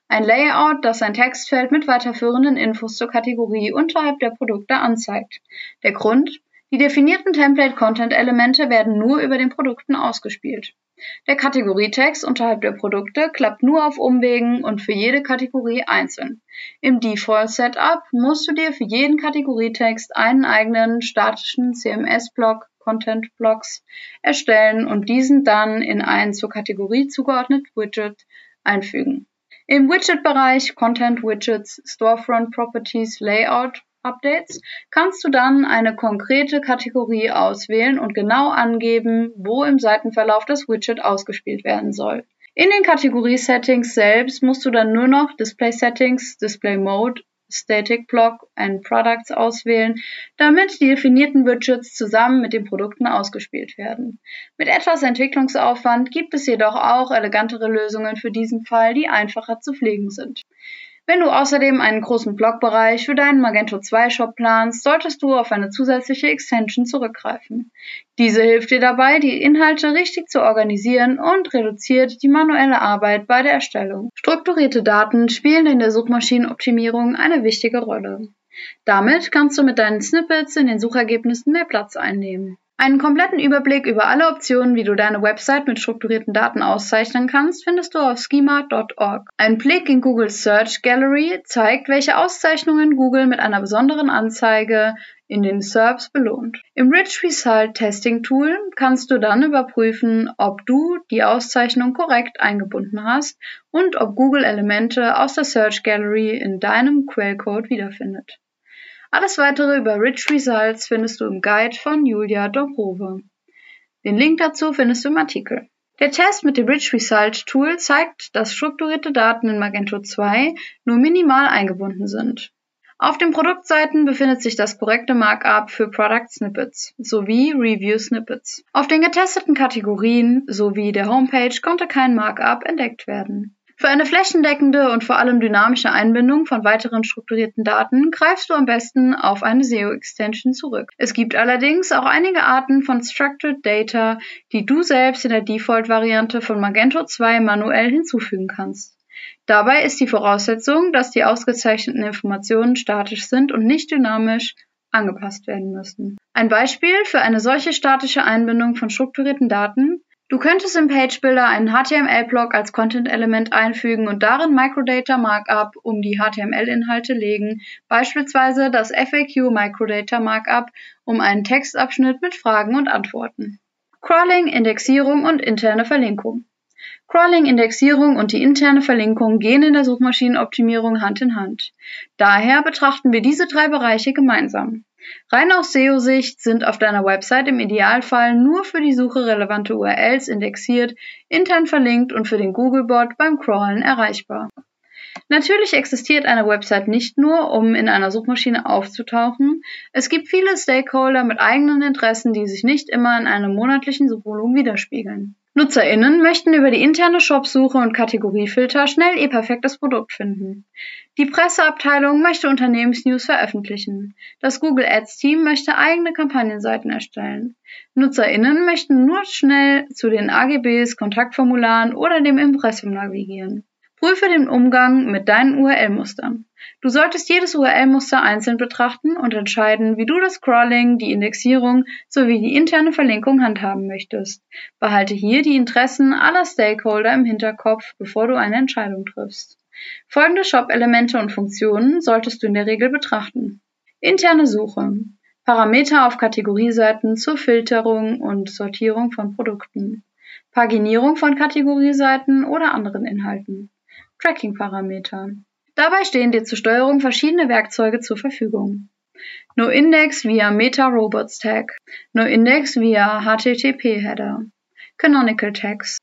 Ein Layout, das ein Textfeld mit weiterführenden Infos zur Kategorie unterhalb der Produkte anzeigt. Der Grund: Die definierten Template-Content-Elemente werden nur über den Produkten ausgespielt. Der Kategorietext unterhalb der Produkte klappt nur auf Umwegen und für jede Kategorie einzeln. Im Default-Setup musst du dir für jeden Kategorietext einen eigenen statischen CMS-Block, Content-Blocks, erstellen und diesen dann in ein zur Kategorie zugeordnetes Widget einfügen. Im Widget-Bereich Content Widgets, Storefront Properties, Layout Updates kannst du dann eine konkrete Kategorie auswählen und genau angeben, wo im Seitenverlauf das Widget ausgespielt werden soll. In den Kategorie-Settings selbst musst du dann nur noch Display Settings, Display Mode, Static Block and Products auswählen, damit die definierten Widgets zusammen mit den Produkten ausgespielt werden. Mit etwas Entwicklungsaufwand gibt es jedoch auch elegantere Lösungen für diesen Fall, die einfacher zu pflegen sind. Wenn du außerdem einen großen Blogbereich für deinen Magento 2 Shop planst, solltest du auf eine zusätzliche Extension zurückgreifen. Diese hilft dir dabei, die Inhalte richtig zu organisieren und reduziert die manuelle Arbeit bei der Erstellung. Strukturierte Daten spielen in der Suchmaschinenoptimierung eine wichtige Rolle. Damit kannst du mit deinen Snippets in den Suchergebnissen mehr Platz einnehmen. Einen kompletten Überblick über alle Optionen, wie du deine Website mit strukturierten Daten auszeichnen kannst, findest du auf schema.org. Ein Blick in Googles Search Gallery zeigt, welche Auszeichnungen Google mit einer besonderen Anzeige in den SERPs belohnt. Im Rich Result Testing Tool kannst du dann überprüfen, ob du die Auszeichnung korrekt eingebunden hast und ob Google Elemente aus der Search Gallery in deinem Quellcode wiederfindet. Alles weitere über Rich Results findest du im Guide von Julia Dobrove. Den Link dazu findest du im Artikel. Der Test mit dem Rich Result Tool zeigt, dass strukturierte Daten in Magento 2 nur minimal eingebunden sind. Auf den Produktseiten befindet sich das korrekte Markup für Product Snippets sowie Review Snippets. Auf den getesteten Kategorien sowie der Homepage konnte kein Markup entdeckt werden. Für eine flächendeckende und vor allem dynamische Einbindung von weiteren strukturierten Daten greifst du am besten auf eine SEO-Extension zurück. Es gibt allerdings auch einige Arten von Structured Data, die du selbst in der Default-Variante von Magento 2 manuell hinzufügen kannst. Dabei ist die Voraussetzung, dass die ausgezeichneten Informationen statisch sind und nicht dynamisch angepasst werden müssen. Ein Beispiel für eine solche statische Einbindung von strukturierten Daten: Du könntest im Page Builder einen HTML-Block als Content-Element einfügen und darin Microdata Markup um die HTML-Inhalte legen, beispielsweise das FAQ Microdata Markup um einen Textabschnitt mit Fragen und Antworten. Crawling, Indexierung und interne Verlinkung. Crawling, Indexierung und die interne Verlinkung gehen in der Suchmaschinenoptimierung Hand in Hand. Daher betrachten wir diese drei Bereiche gemeinsam. Rein aus SEO-Sicht sind auf deiner Website im Idealfall nur für die Suche relevante URLs indexiert, intern verlinkt und für den Googlebot beim Crawlen erreichbar. Natürlich existiert eine Website nicht nur, um in einer Suchmaschine aufzutauchen. Es gibt viele Stakeholder mit eigenen Interessen, die sich nicht immer in einem monatlichen Suchvolumen widerspiegeln. NutzerInnen möchten über die interne Shopsuche und Kategoriefilter schnell ihr perfektes Produkt finden. Die Presseabteilung möchte Unternehmensnews veröffentlichen. Das Google Ads Team möchte eigene Kampagnenseiten erstellen. NutzerInnen möchten nur schnell zu den AGBs, Kontaktformularen oder dem Impressum navigieren. Prüfe den Umgang mit deinen URL-Mustern. Du solltest jedes URL-Muster einzeln betrachten und entscheiden, wie du das Crawling, die Indexierung sowie die interne Verlinkung handhaben möchtest. Behalte hier die Interessen aller Stakeholder im Hinterkopf, bevor du eine Entscheidung triffst. Folgende Shop-Elemente und Funktionen solltest du in der Regel betrachten: Interne Suche. Parameter auf Kategorieseiten zur Filterung und Sortierung von Produkten. Paginierung von Kategorieseiten oder anderen Inhalten. Tracking-Parameter. Dabei stehen dir zur Steuerung verschiedene Werkzeuge zur Verfügung. NoIndex via Meta-Robots-Tag, NoIndex via HTTP-Header, Canonical Tags,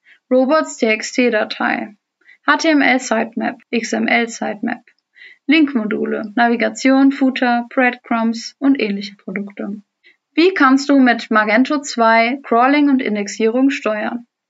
Robots.txt-Datei, HTML-Sitemap, XML-Sitemap, Link-Module, Navigation, Footer, Breadcrumbs und ähnliche Produkte. Wie kannst du mit Magento 2 Crawling und Indexierung steuern?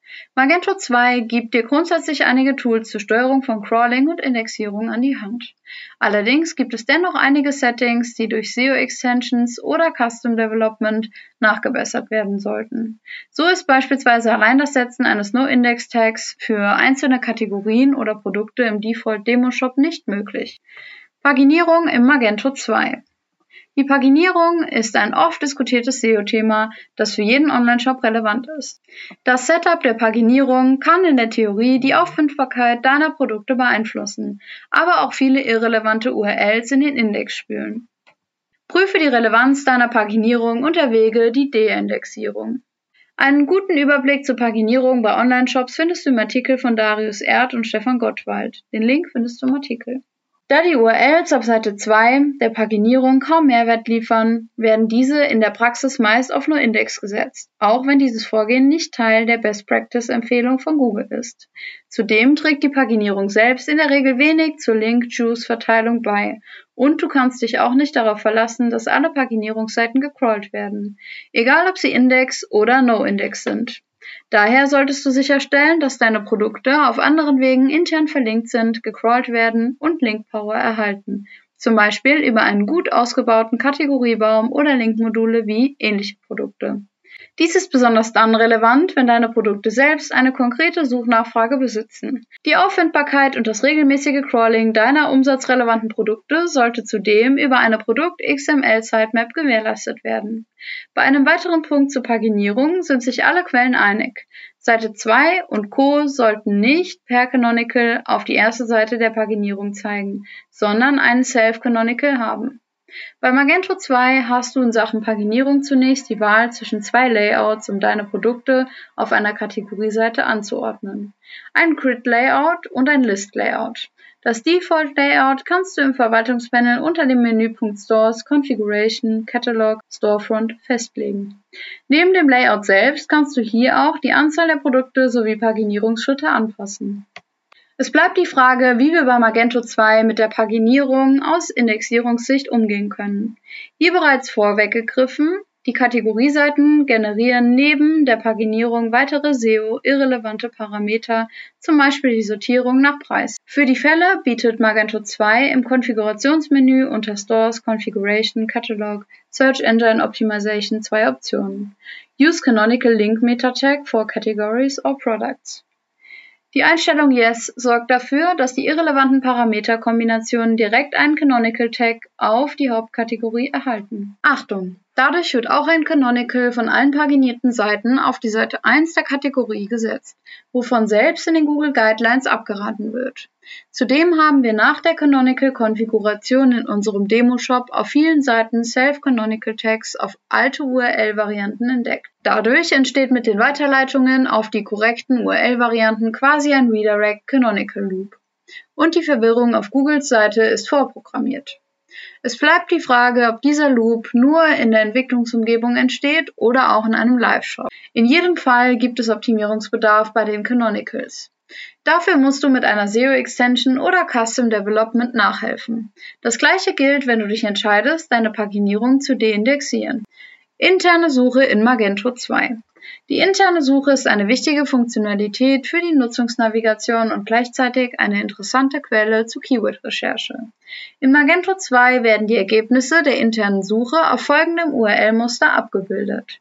Magento 2 gibt dir grundsätzlich einige Tools zur Steuerung von Crawling und Indexierung an die Hand. Allerdings gibt es dennoch einige Settings, die durch SEO-Extensions oder Custom Development nachgebessert werden sollten. So ist beispielsweise allein das Setzen eines No-Index-Tags für einzelne Kategorien oder Produkte im Default-Demo-Shop nicht möglich. Paginierung im Magento 2. Die Paginierung ist ein oft diskutiertes SEO-Thema, das für jeden Onlineshop relevant ist. Das Setup der Paginierung kann in der Theorie die Auffindbarkeit deiner Produkte beeinflussen, aber auch viele irrelevante URLs in den Index spülen. Prüfe die Relevanz deiner Paginierung und erwäge die De-Indexierung. Einen guten Überblick zur Paginierung bei Onlineshops findest du im Artikel von Darius Erd und Stefan Gottwald. Den Link findest du im Artikel. Da die URLs auf Seite 2 der Paginierung kaum Mehrwert liefern, werden diese in der Praxis meist auf No-Index gesetzt, auch wenn dieses Vorgehen nicht Teil der Best-Practice-Empfehlung von Google ist. Zudem trägt die Paginierung selbst in der Regel wenig zur Link-Juice-Verteilung bei und du kannst dich auch nicht darauf verlassen, dass alle Paginierungsseiten gecrawlt werden, egal ob sie Index oder No-Index sind. Daher solltest du sicherstellen, dass deine Produkte auf anderen Wegen intern verlinkt sind, gecrawlt werden und Linkpower erhalten, zum Beispiel über einen gut ausgebauten Kategoriebaum oder Linkmodule wie ähnliche Produkte. Dies ist besonders dann relevant, wenn deine Produkte selbst eine konkrete Suchnachfrage besitzen. Die Auffindbarkeit und das regelmäßige Crawling deiner umsatzrelevanten Produkte sollte zudem über eine Produkt-XML-Sitemap gewährleistet werden. Bei einem weiteren Punkt zur Paginierung sind sich alle Quellen einig. Seite 2 und Co. sollten nicht per Canonical auf die erste Seite der Paginierung zeigen, sondern einen Self-Canonical haben. Bei Magento 2 hast du in Sachen Paginierung zunächst die Wahl zwischen zwei Layouts, um deine Produkte auf einer Kategorieseite anzuordnen. Ein Grid-Layout und ein List-Layout. Das Default-Layout kannst du im Verwaltungspanel unter dem Menüpunkt Stores, Configuration, Catalog, Storefront festlegen. Neben dem Layout selbst kannst du hier auch die Anzahl der Produkte sowie Paginierungsschritte anpassen. Es bleibt die Frage, wie wir bei Magento 2 mit der Paginierung aus Indexierungssicht umgehen können. Hier bereits vorweggegriffen, die Kategorieseiten generieren neben der Paginierung weitere SEO-irrelevante Parameter, zum Beispiel die Sortierung nach Preis. Für die Fälle bietet Magento 2 im Konfigurationsmenü unter Stores, Configuration, Catalog, Search Engine Optimization zwei Optionen. Use Canonical Link Meta Tag for Categories or Products. Die Einstellung Yes sorgt dafür, dass die irrelevanten Parameterkombinationen direkt einen Canonical Tag auf die Hauptkategorie erhalten. Achtung! Dadurch wird auch ein Canonical von allen paginierten Seiten auf die Seite 1 der Kategorie gesetzt, wovon selbst in den Google Guidelines abgeraten wird. Zudem haben wir nach der Canonical-Konfiguration in unserem Demo-Shop auf vielen Seiten Self-Canonical Tags auf alte URL-Varianten entdeckt. Dadurch entsteht mit den Weiterleitungen auf die korrekten URL-Varianten quasi ein Redirect Canonical Loop. Und die Verwirrung auf Googles Seite ist vorprogrammiert. Es bleibt die Frage, ob dieser Loop nur in der Entwicklungsumgebung entsteht oder auch in einem Live-Shop. In jedem Fall gibt es Optimierungsbedarf bei den Canonicals. Dafür musst du mit einer SEO-Extension oder Custom Development nachhelfen. Das gleiche gilt, wenn du dich entscheidest, deine Paginierung zu deindexieren. Interne Suche in Magento 2. Die interne Suche ist eine wichtige Funktionalität für die Nutzungsnavigation und gleichzeitig eine interessante Quelle zur Keyword-Recherche. In Magento 2 werden die Ergebnisse der internen Suche auf folgendem URL-Muster abgebildet: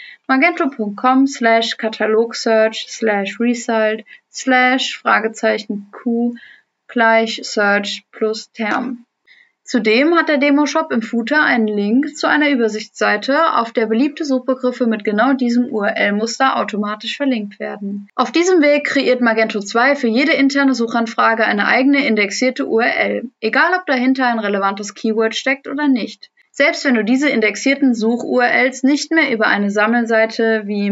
magento.com/catalogsearch/result/Q =Search plus Term. Zudem hat der Demo-Shop im Footer einen Link zu einer Übersichtsseite, auf der beliebte Suchbegriffe mit genau diesem URL-Muster automatisch verlinkt werden. Auf diesem Weg kreiert Magento 2 für jede interne Suchanfrage eine eigene indexierte URL, egal ob dahinter ein relevantes Keyword steckt oder nicht. Selbst wenn du diese indexierten Such-URLs nicht mehr über eine Sammelseite wie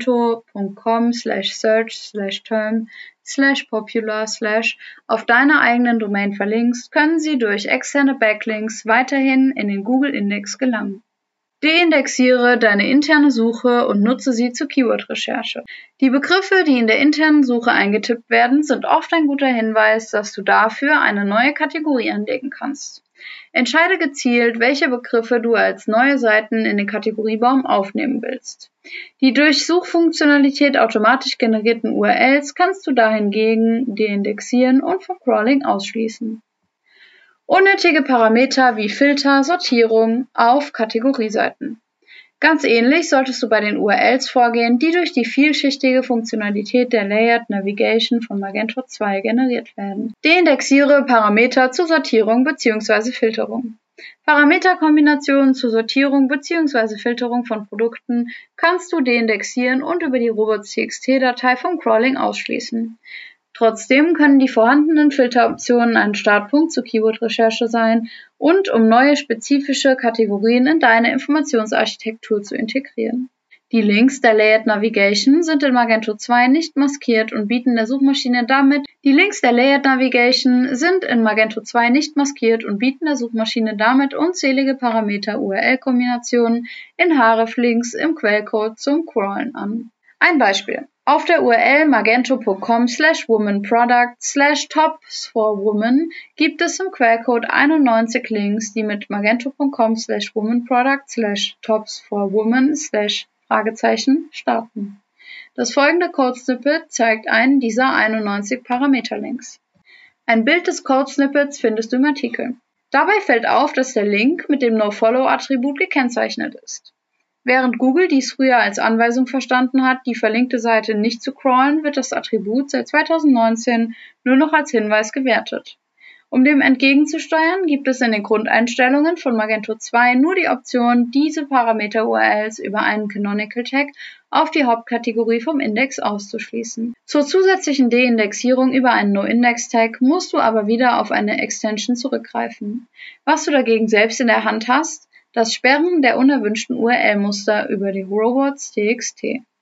magento.com/search/term/popular/ auf deiner eigenen Domain verlinkst, können sie durch externe Backlinks weiterhin in den Google-Index gelangen. Deindexiere deine interne Suche und nutze sie zur Keyword-Recherche. Die Begriffe, die in der internen Suche eingetippt werden, sind oft ein guter Hinweis, dass du dafür eine neue Kategorie anlegen kannst. Entscheide gezielt, welche Begriffe du als neue Seiten in den Kategoriebaum aufnehmen willst. Die durch Suchfunktionalität automatisch generierten URLs kannst du dahingegen deindexieren und vom Crawling ausschließen. Unnötige Parameter wie Filter, Sortierung auf Kategorieseiten. Ganz ähnlich solltest du bei den URLs vorgehen, die durch die vielschichtige Funktionalität der Layered Navigation von Magento 2 generiert werden. Deindexiere Parameter zur Sortierung bzw. Filterung. Parameterkombinationen zur Sortierung bzw. Filterung von Produkten kannst du deindexieren und über die robots.txt-Datei vom Crawling ausschließen. Trotzdem können die vorhandenen Filteroptionen ein Startpunkt zur Keyword-Recherche sein und um neue spezifische Kategorien in deine Informationsarchitektur zu integrieren. Die Links der Layered Navigation sind in Magento 2 nicht maskiert und bieten der Suchmaschine damit unzählige Parameter-URL-Kombinationen in href-Links im Quellcode zum Crawlen an. Ein Beispiel: Auf der URL magento.com/womanproduct/tops4women gibt es im Quellcode 91 Links, die mit magento.com/womanproduct/tops4women/ starten. Das folgende Code-Snippet zeigt einen dieser 91 Parameterlinks. Ein Bild des Code-Snippets findest du im Artikel. Dabei fällt auf, dass der Link mit dem NoFollow-Attribut gekennzeichnet ist. Während Google dies früher als Anweisung verstanden hat, die verlinkte Seite nicht zu crawlen, wird das Attribut seit 2019 nur noch als Hinweis gewertet. Um dem entgegenzusteuern, gibt es in den Grundeinstellungen von Magento 2 nur die Option, diese Parameter-URLs über einen Canonical Tag auf die Hauptkategorie vom Index auszuschließen. Zur zusätzlichen Deindexierung über einen NoIndex-Tag musst du aber wieder auf eine Extension zurückgreifen. Was du dagegen selbst in der Hand hast: das Sperren der unerwünschten URL-Muster über die robots.txt.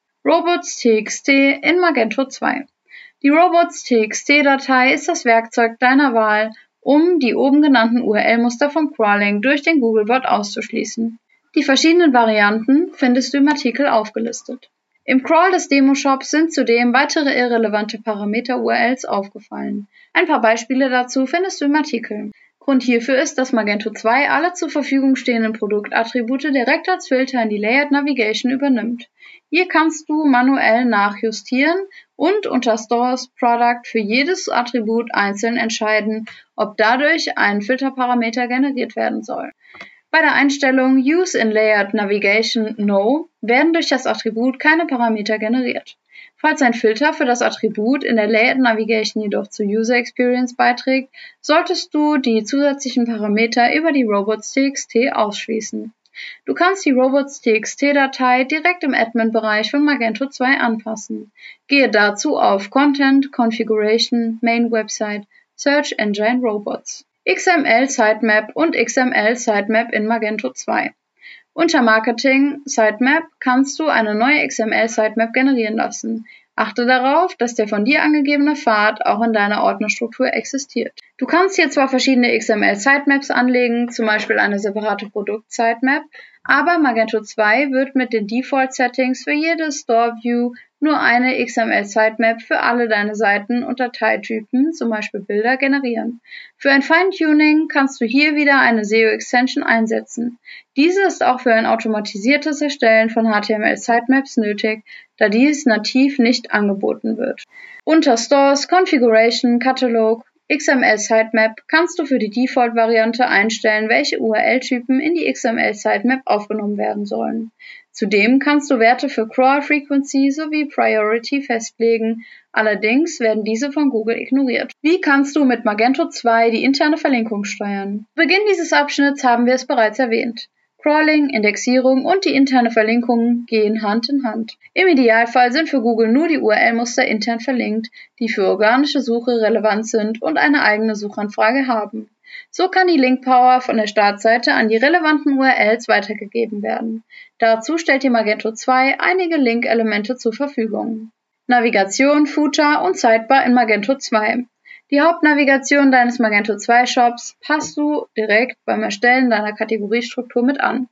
Robots.txt in Magento 2. Die robots.txt-Datei ist das Werkzeug deiner Wahl, um die oben genannten URL-Muster vom Crawling durch den Googlebot auszuschließen. Die verschiedenen Varianten findest du im Artikel aufgelistet. Im Crawl des Demoshops sind zudem weitere irrelevante Parameter-URLs aufgefallen. Ein paar Beispiele dazu findest du im Artikel. Grund hierfür ist, dass Magento 2 alle zur Verfügung stehenden Produktattribute direkt als Filter in die Layered Navigation übernimmt. Hier kannst du manuell nachjustieren und unter Stores Product für jedes Attribut einzeln entscheiden, ob dadurch ein Filterparameter generiert werden soll. Bei der Einstellung Use in Layered Navigation No werden durch das Attribut keine Parameter generiert. Falls ein Filter für das Attribut in der Layered Navigation jedoch zur User Experience beiträgt, solltest du die zusätzlichen Parameter über die robots.txt ausschließen. Du kannst die robots.txt-Datei direkt im Admin-Bereich von Magento 2 anpassen. Gehe dazu auf Content, Configuration, Main Website, Search Engine Robots. XML Sitemap und XML Sitemap in Magento 2. Unter Marketing Sitemap kannst du eine neue XML Sitemap generieren lassen. Achte darauf, dass der von dir angegebene Pfad auch in deiner Ordnerstruktur existiert. Du kannst hier zwar verschiedene XML Sitemaps anlegen, zum Beispiel eine separate Produkt-Sitemap, aber Magento 2 wird mit den Default-Settings für jede Store-View nur eine XML-Sitemap für alle deine Seiten und Dateitypen, zum Beispiel Bilder, generieren. Für ein Feintuning kannst du hier wieder eine SEO-Extension einsetzen. Diese ist auch für ein automatisiertes Erstellen von HTML-Sitemaps nötig, da dies nativ nicht angeboten wird. Unter Stores, Configuration, Katalog, XML Sitemap kannst du für die Default-Variante einstellen, welche URL-Typen in die XML Sitemap aufgenommen werden sollen. Zudem kannst du Werte für Crawl Frequency sowie Priority festlegen, allerdings werden diese von Google ignoriert. Wie kannst du mit Magento 2 die interne Verlinkung steuern? Zu Beginn dieses Abschnitts haben wir es bereits erwähnt. Crawling, Indexierung und die interne Verlinkung gehen Hand in Hand. Im Idealfall sind für Google nur die URL-Muster intern verlinkt, die für organische Suche relevant sind und eine eigene Suchanfrage haben. So kann die Link-Power von der Startseite an die relevanten URLs weitergegeben werden. Dazu stellt dir Magento 2 einige Link-Elemente zur Verfügung. Navigation, Footer und Sidebar in Magento 2. Die Hauptnavigation deines Magento 2 Shops passt du direkt beim Erstellen deiner Kategoriestruktur mit an.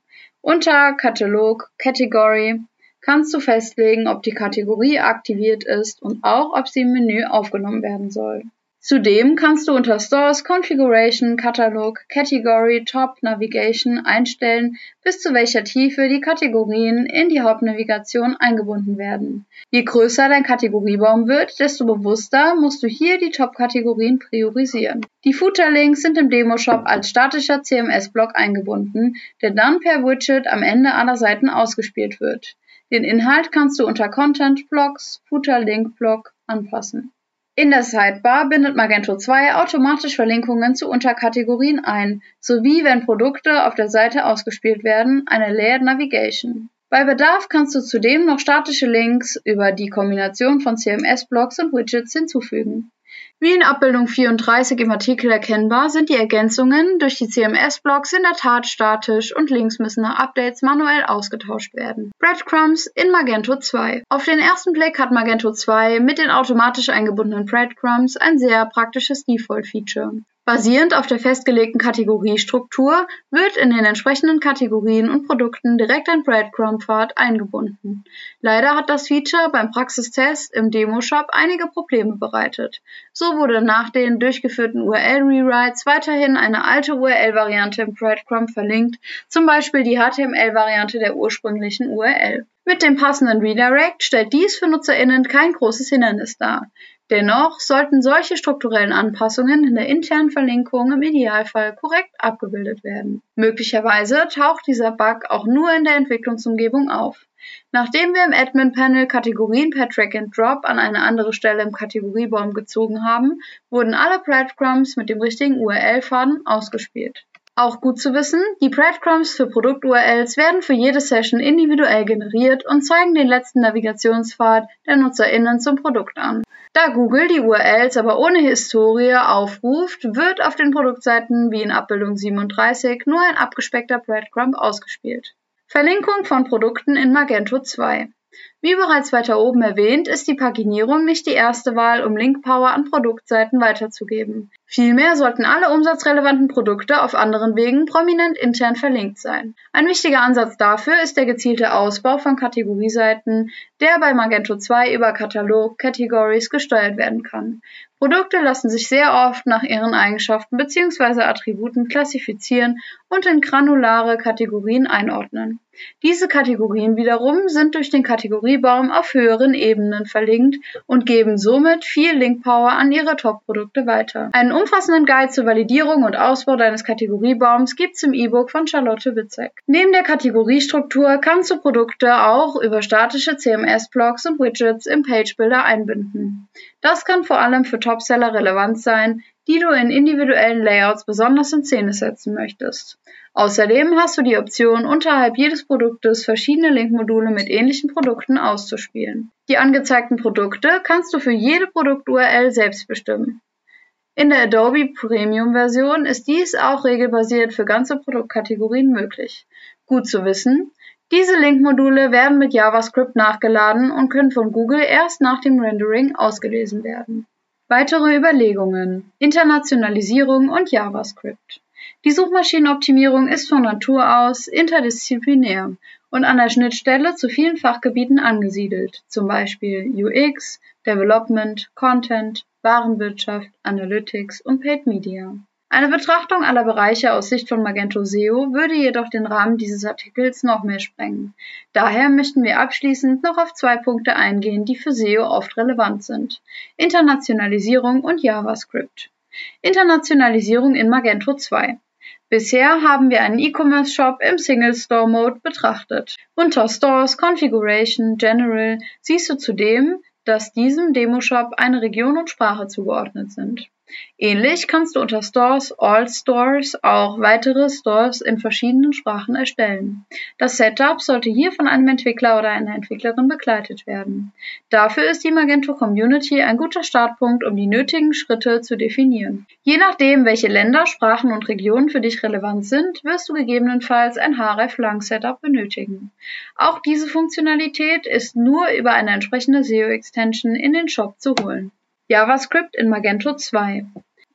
Unter Katalog Category kannst du festlegen, ob die Kategorie aktiviert ist und auch, ob sie im Menü aufgenommen werden soll. Zudem kannst du unter Stores Configuration, Katalog, Category, Top Navigation einstellen, bis zu welcher Tiefe die Kategorien in die Hauptnavigation eingebunden werden. Je größer dein Kategoriebaum wird, desto bewusster musst du hier die Top-Kategorien priorisieren. Die Footer-Links sind im Demo-Shop als statischer CMS-Block eingebunden, der dann per Widget am Ende aller Seiten ausgespielt wird. Den Inhalt kannst du unter Content Blocks, Footer Link Block anpassen. In der Sidebar bindet Magento 2 automatisch Verlinkungen zu Unterkategorien ein, sowie, wenn Produkte auf der Seite ausgespielt werden, eine Layered Navigation. Bei Bedarf kannst du zudem noch statische Links über die Kombination von CMS-Blocks und Widgets hinzufügen. Wie in Abbildung 34 im Artikel erkennbar, sind die Ergänzungen durch die CMS-Blocks in der Tat statisch und Links müssen nach Updates manuell ausgetauscht werden. Breadcrumbs in Magento 2. Auf den ersten Blick hat Magento 2 mit den automatisch eingebundenen Breadcrumbs ein sehr praktisches Default-Feature. Basierend auf der festgelegten Kategoriestruktur wird in den entsprechenden Kategorien und Produkten direkt ein Breadcrumb-Pfad eingebunden. Leider hat das Feature beim Praxistest im Demo-Shop einige Probleme bereitet. So wurde nach den durchgeführten URL-Rewrites weiterhin eine alte URL-Variante im Breadcrumb verlinkt, zum Beispiel die HTML-Variante der ursprünglichen URL. Mit dem passenden Redirect stellt dies für NutzerInnen kein großes Hindernis dar. Dennoch sollten solche strukturellen Anpassungen in der internen Verlinkung im Idealfall korrekt abgebildet werden. Möglicherweise taucht dieser Bug auch nur in der Entwicklungsumgebung auf. Nachdem wir im Admin-Panel Kategorien per Drag-and-Drop an eine andere Stelle im Kategoriebaum gezogen haben, wurden alle Breadcrumbs mit dem richtigen URL-Faden ausgespielt. Auch gut zu wissen, die Breadcrumbs für Produkt-URLs werden für jede Session individuell generiert und zeigen den letzten Navigationspfad der NutzerInnen zum Produkt an. Da Google die URLs aber ohne Historie aufruft, wird auf den Produktseiten wie in Abbildung 37 nur ein abgespeckter Breadcrumb ausgespielt. Verlinkung von Produkten in Magento 2. Wie bereits weiter oben erwähnt, ist die Paginierung nicht die erste Wahl, um Linkpower an Produktseiten weiterzugeben. Vielmehr sollten alle umsatzrelevanten Produkte auf anderen Wegen prominent intern verlinkt sein. Ein wichtiger Ansatz dafür ist der gezielte Ausbau von Kategorieseiten, der bei Magento 2 über Katalog Categories gesteuert werden kann. Produkte lassen sich sehr oft nach ihren Eigenschaften bzw. Attributen klassifizieren und in granulare Kategorien einordnen. Diese Kategorien wiederum sind durch den Kategoriebaum auf höheren Ebenen verlinkt und geben somit viel Linkpower an ihre Top-Produkte weiter. Einen umfassenden Guide zur Validierung und Ausbau deines Kategoriebaums gibt's im E-Book von Charlotte Witzek. Neben der Kategoriestruktur kannst du Produkte auch über statische CMS-Blocks und Widgets im Page-Builder einbinden. Das kann vor allem für Topseller relevant sein, die du in individuellen Layouts besonders in Szene setzen möchtest. Außerdem hast du die Option, unterhalb jedes Produktes verschiedene Linkmodule mit ähnlichen Produkten auszuspielen. Die angezeigten Produkte kannst du für jede Produkt-URL selbst bestimmen. In der Adobe Premium-Version ist dies auch regelbasiert für ganze Produktkategorien möglich. Gut zu wissen: Diese Linkmodule werden mit JavaScript nachgeladen und können von Google erst nach dem Rendering ausgelesen werden. Weitere Überlegungen: Internationalisierung und JavaScript. Die Suchmaschinenoptimierung ist von Natur aus interdisziplinär und an der Schnittstelle zu vielen Fachgebieten angesiedelt, zum Beispiel UX, Development, Content, Warenwirtschaft, Analytics und Paid Media. Eine Betrachtung aller Bereiche aus Sicht von Magento SEO würde jedoch den Rahmen dieses Artikels noch mehr sprengen. Daher möchten wir abschließend noch auf 2 Punkte eingehen, die für SEO oft relevant sind: Internationalisierung und JavaScript. Internationalisierung in Magento 2. Bisher haben wir einen E-Commerce-Shop im Single-Store-Mode betrachtet. Unter Stores, Configuration, General siehst du zudem, dass diesem Demo-Shop eine Region und Sprache zugeordnet sind. Ähnlich kannst du unter Stores, All Stores auch weitere Stores in verschiedenen Sprachen erstellen. Das Setup sollte hier von einem Entwickler oder einer Entwicklerin begleitet werden. Dafür ist die Magento Community ein guter Startpunkt, um die nötigen Schritte zu definieren. Je nachdem, welche Länder, Sprachen und Regionen für dich relevant sind, wirst du gegebenenfalls ein href-lang-Setup benötigen. Auch diese Funktionalität ist nur über eine entsprechende SEO-Extension in den Shop zu holen. JavaScript in Magento 2.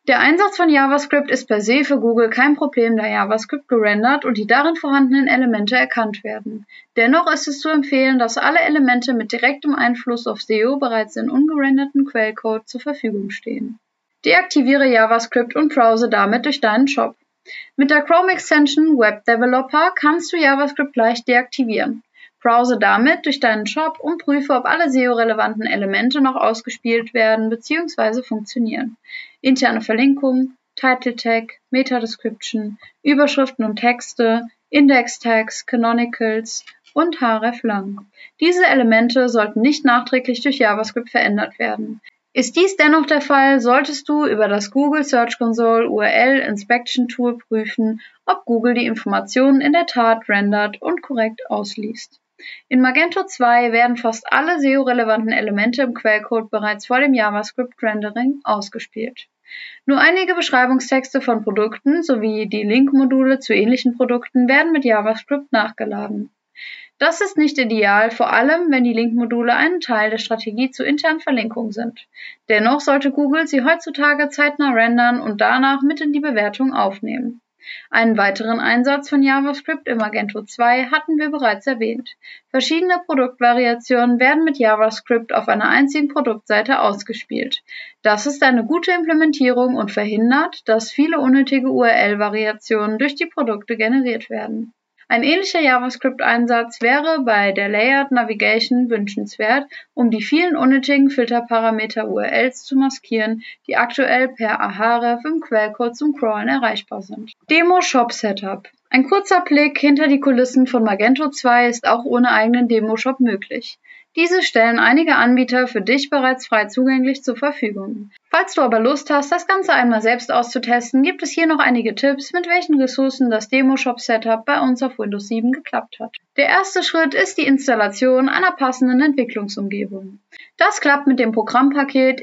Der Einsatz von JavaScript ist per se für Google kein Problem, da JavaScript gerendert und die darin vorhandenen Elemente erkannt werden. Dennoch ist es zu empfehlen, dass alle Elemente mit direktem Einfluss auf SEO bereits in ungerenderten Quellcode zur Verfügung stehen. Deaktiviere JavaScript und browse damit durch deinen Shop. Mit der Chrome-Extension Web Developer kannst du JavaScript leicht deaktivieren. Browse damit durch deinen Shop und prüfe, ob alle SEO-relevanten Elemente noch ausgespielt werden bzw. funktionieren. Interne Verlinkung, Title Tag, Meta-Description, Überschriften und Texte, Index-Tags, Canonicals und hreflang. Diese Elemente sollten nicht nachträglich durch JavaScript verändert werden. Ist dies dennoch der Fall, solltest du über das Google Search Console URL Inspection Tool prüfen, ob Google die Informationen in der Tat rendert und korrekt ausliest. In Magento 2 werden fast alle SEO-relevanten Elemente im Quellcode bereits vor dem JavaScript-Rendering ausgespielt. Nur einige Beschreibungstexte von Produkten sowie die Link-Module zu ähnlichen Produkten werden mit JavaScript nachgeladen. Das ist nicht ideal, vor allem wenn die Link-Module ein Teil der Strategie zur internen Verlinkung sind. Dennoch sollte Google sie heutzutage zeitnah rendern und danach mit in die Bewertung aufnehmen. Einen weiteren Einsatz von JavaScript in Magento 2 hatten wir bereits erwähnt. Verschiedene Produktvariationen werden mit JavaScript auf einer einzigen Produktseite ausgespielt. Das ist eine gute Implementierung und verhindert, dass viele unnötige URL-Variationen durch die Produkte generiert werden. Ein ähnlicher JavaScript-Einsatz wäre bei der Layered Navigation wünschenswert, um die vielen unnötigen Filterparameter URLs zu maskieren, die aktuell per ahref im Quellcode zum Crawlen erreichbar sind. Demo Shop Setup. Ein kurzer Blick hinter die Kulissen von Magento 2 ist auch ohne eigenen Demo-Shop möglich. Diese stellen einige Anbieter für dich bereits frei zugänglich zur Verfügung. Falls du aber Lust hast, das Ganze einmal selbst auszutesten, gibt es hier noch einige Tipps, mit welchen Ressourcen das Demo-Shop-Setup bei uns auf Windows 7 geklappt hat. Der erste Schritt ist die Installation einer passenden Entwicklungsumgebung. Das klappt mit dem Programmpaket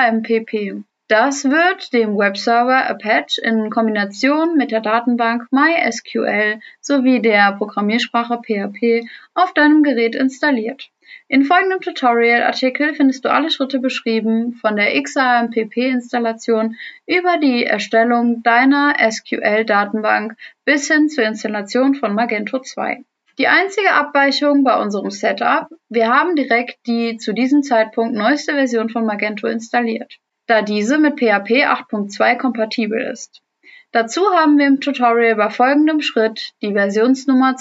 XAMPP. Das wird dem Webserver Apache in Kombination mit der Datenbank MySQL sowie der Programmiersprache PHP auf deinem Gerät installiert. In folgendem Tutorial-Artikel findest du alle Schritte beschrieben, von der XAMPP-Installation über die Erstellung deiner SQL-Datenbank bis hin zur Installation von Magento 2. Die einzige Abweichung bei unserem Setup: wir haben direkt die zu diesem Zeitpunkt neueste Version von Magento installiert, da diese mit PHP 8.2 kompatibel ist. Dazu haben wir im Tutorial bei folgendem Schritt die Versionsnummer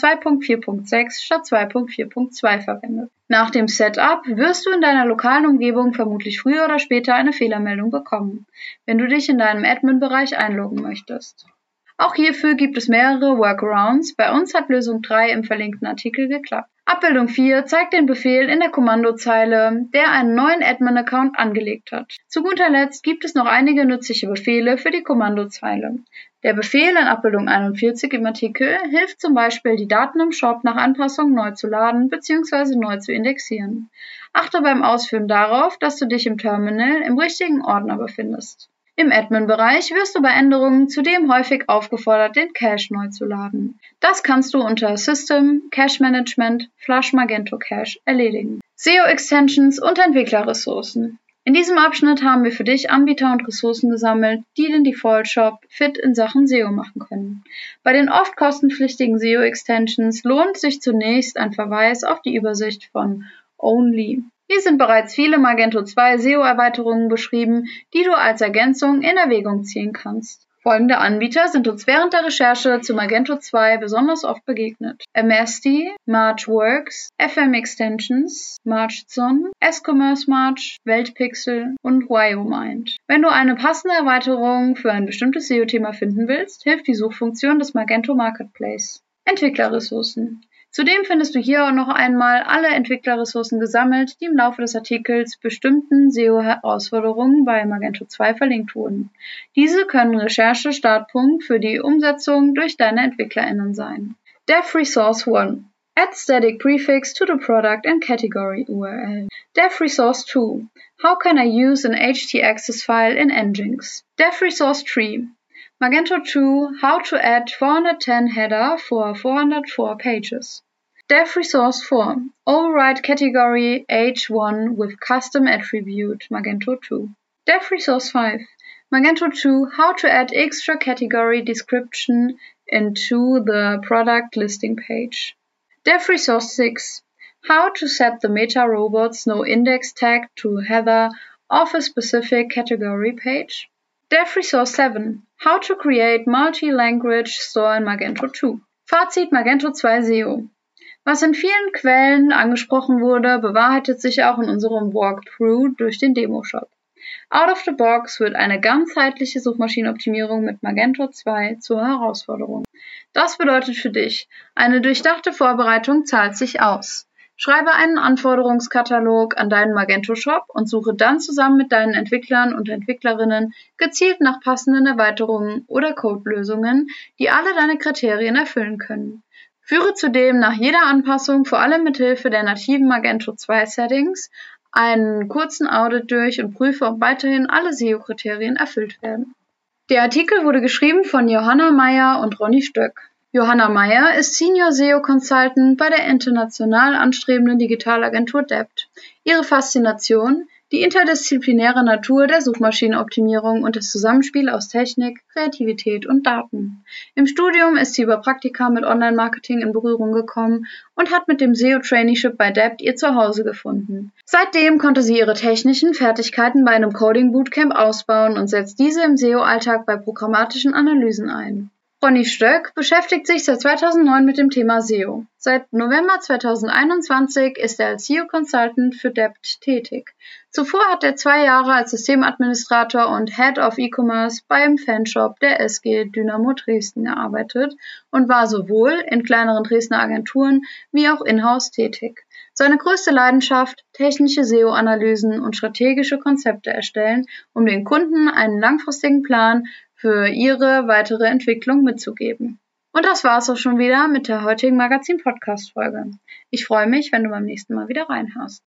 2.4.6 statt 2.4.2 verwendet. Nach dem Setup wirst du in deiner lokalen Umgebung vermutlich früher oder später eine Fehlermeldung bekommen, wenn du dich in deinem Admin-Bereich einloggen möchtest. Auch hierfür gibt es mehrere Workarounds. Bei uns hat Lösung 3 im verlinkten Artikel geklappt. Abbildung 4 zeigt den Befehl in der Kommandozeile, der einen neuen Admin-Account angelegt hat. Zu guter Letzt gibt es noch einige nützliche Befehle für die Kommandozeile. Der Befehl in Abbildung 41 im Artikel hilft zum Beispiel, die Daten im Shop nach Anpassung neu zu laden bzw. neu zu indexieren. Achte beim Ausführen darauf, dass du dich im Terminal im richtigen Ordner befindest. Im Admin-Bereich wirst du bei Änderungen zudem häufig aufgefordert, den Cache neu zu laden. Das kannst du unter System, Cache Management, Flush Magento Cache erledigen. SEO-Extensions und Entwicklerressourcen. In diesem Abschnitt haben wir für dich Anbieter und Ressourcen gesammelt, die den Default-Shop fit in Sachen SEO machen können. Bei den oft kostenpflichtigen SEO-Extensions lohnt sich zunächst ein Verweis auf die Übersicht von Only. Hier sind bereits viele Magento 2 SEO-Erweiterungen beschrieben, die du als Ergänzung in Erwägung ziehen kannst. Folgende Anbieter sind uns während der Recherche zu Magento 2 besonders oft begegnet: MSD, MarchWorks, FM Extensions, MarchZone, S-Commerce March, Weltpixel und Wyomind. Wenn du eine passende Erweiterung für ein bestimmtes SEO-Thema finden willst, hilft die Suchfunktion des Magento Marketplace. Entwicklerressourcen. Zudem findest du hier auch noch einmal alle Entwicklerressourcen gesammelt, die im Laufe des Artikels bestimmten SEO-Herausforderungen bei Magento 2 verlinkt wurden. Diese können Recherche-Startpunkt für die Umsetzung durch deine EntwicklerInnen sein. Dev Resource 1. Add static prefix to the product and category URL. Dev Resource 2. How can I use an htaccess file in Nginx? Dev Resource 3. Magento 2, how to add 410 header for 404 pages. Dev Resource 4, override category H1 with custom attribute Magento 2. Dev Resource 5, Magento 2, how to add extra category description into the product listing page. Dev Resource 6, how to set the meta robots no index tag to header of a specific category page. Dev Resource 7, how to create multi-language store in Magento 2. Fazit Magento 2 SEO. Was in vielen Quellen angesprochen wurde, bewahrheitet sich auch in unserem Walkthrough durch den Demo-Shop. Out of the box wird eine ganzheitliche Suchmaschinenoptimierung mit Magento 2 zur Herausforderung. Das bedeutet für dich, eine durchdachte Vorbereitung zahlt sich aus. Schreibe einen Anforderungskatalog an deinen Magento-Shop und suche dann zusammen mit deinen Entwicklern und Entwicklerinnen gezielt nach passenden Erweiterungen oder Codelösungen, die alle deine Kriterien erfüllen können. Führe zudem nach jeder Anpassung, vor allem mit Hilfe der nativen Magento 2 Settings, einen kurzen Audit durch und prüfe, ob weiterhin alle SEO-Kriterien erfüllt werden. Der Artikel wurde geschrieben von Johanna Meyer und Ronny Stöck. Johanna Meyer ist Senior SEO Consultant bei der international anstrebenden Digitalagentur Dept. Ihre Faszination: die interdisziplinäre Natur der Suchmaschinenoptimierung und das Zusammenspiel aus Technik, Kreativität und Daten. Im Studium ist sie über Praktika mit Online-Marketing in Berührung gekommen und hat mit dem SEO-Traineeship bei Dept ihr Zuhause gefunden. Seitdem konnte sie ihre technischen Fertigkeiten bei einem Coding-Bootcamp ausbauen und setzt diese im SEO-Alltag bei programmatischen Analysen ein. Ronny Stöck beschäftigt sich seit 2009 mit dem Thema SEO. Seit November 2021 ist er als SEO-Consultant für Dept tätig. Zuvor hat er 2 Jahre als Systemadministrator und Head of E-Commerce beim Fanshop der SG Dynamo Dresden gearbeitet und war sowohl in kleineren Dresdner Agenturen wie auch in-house tätig. Seine größte Leidenschaft: technische SEO-Analysen und strategische Konzepte erstellen, um den Kunden einen langfristigen Plan für ihre weitere Entwicklung mitzugeben. Und das war's auch schon wieder mit der heutigen Magazin-Podcast-Folge. Ich freue mich, wenn du beim nächsten Mal wieder reinhörst.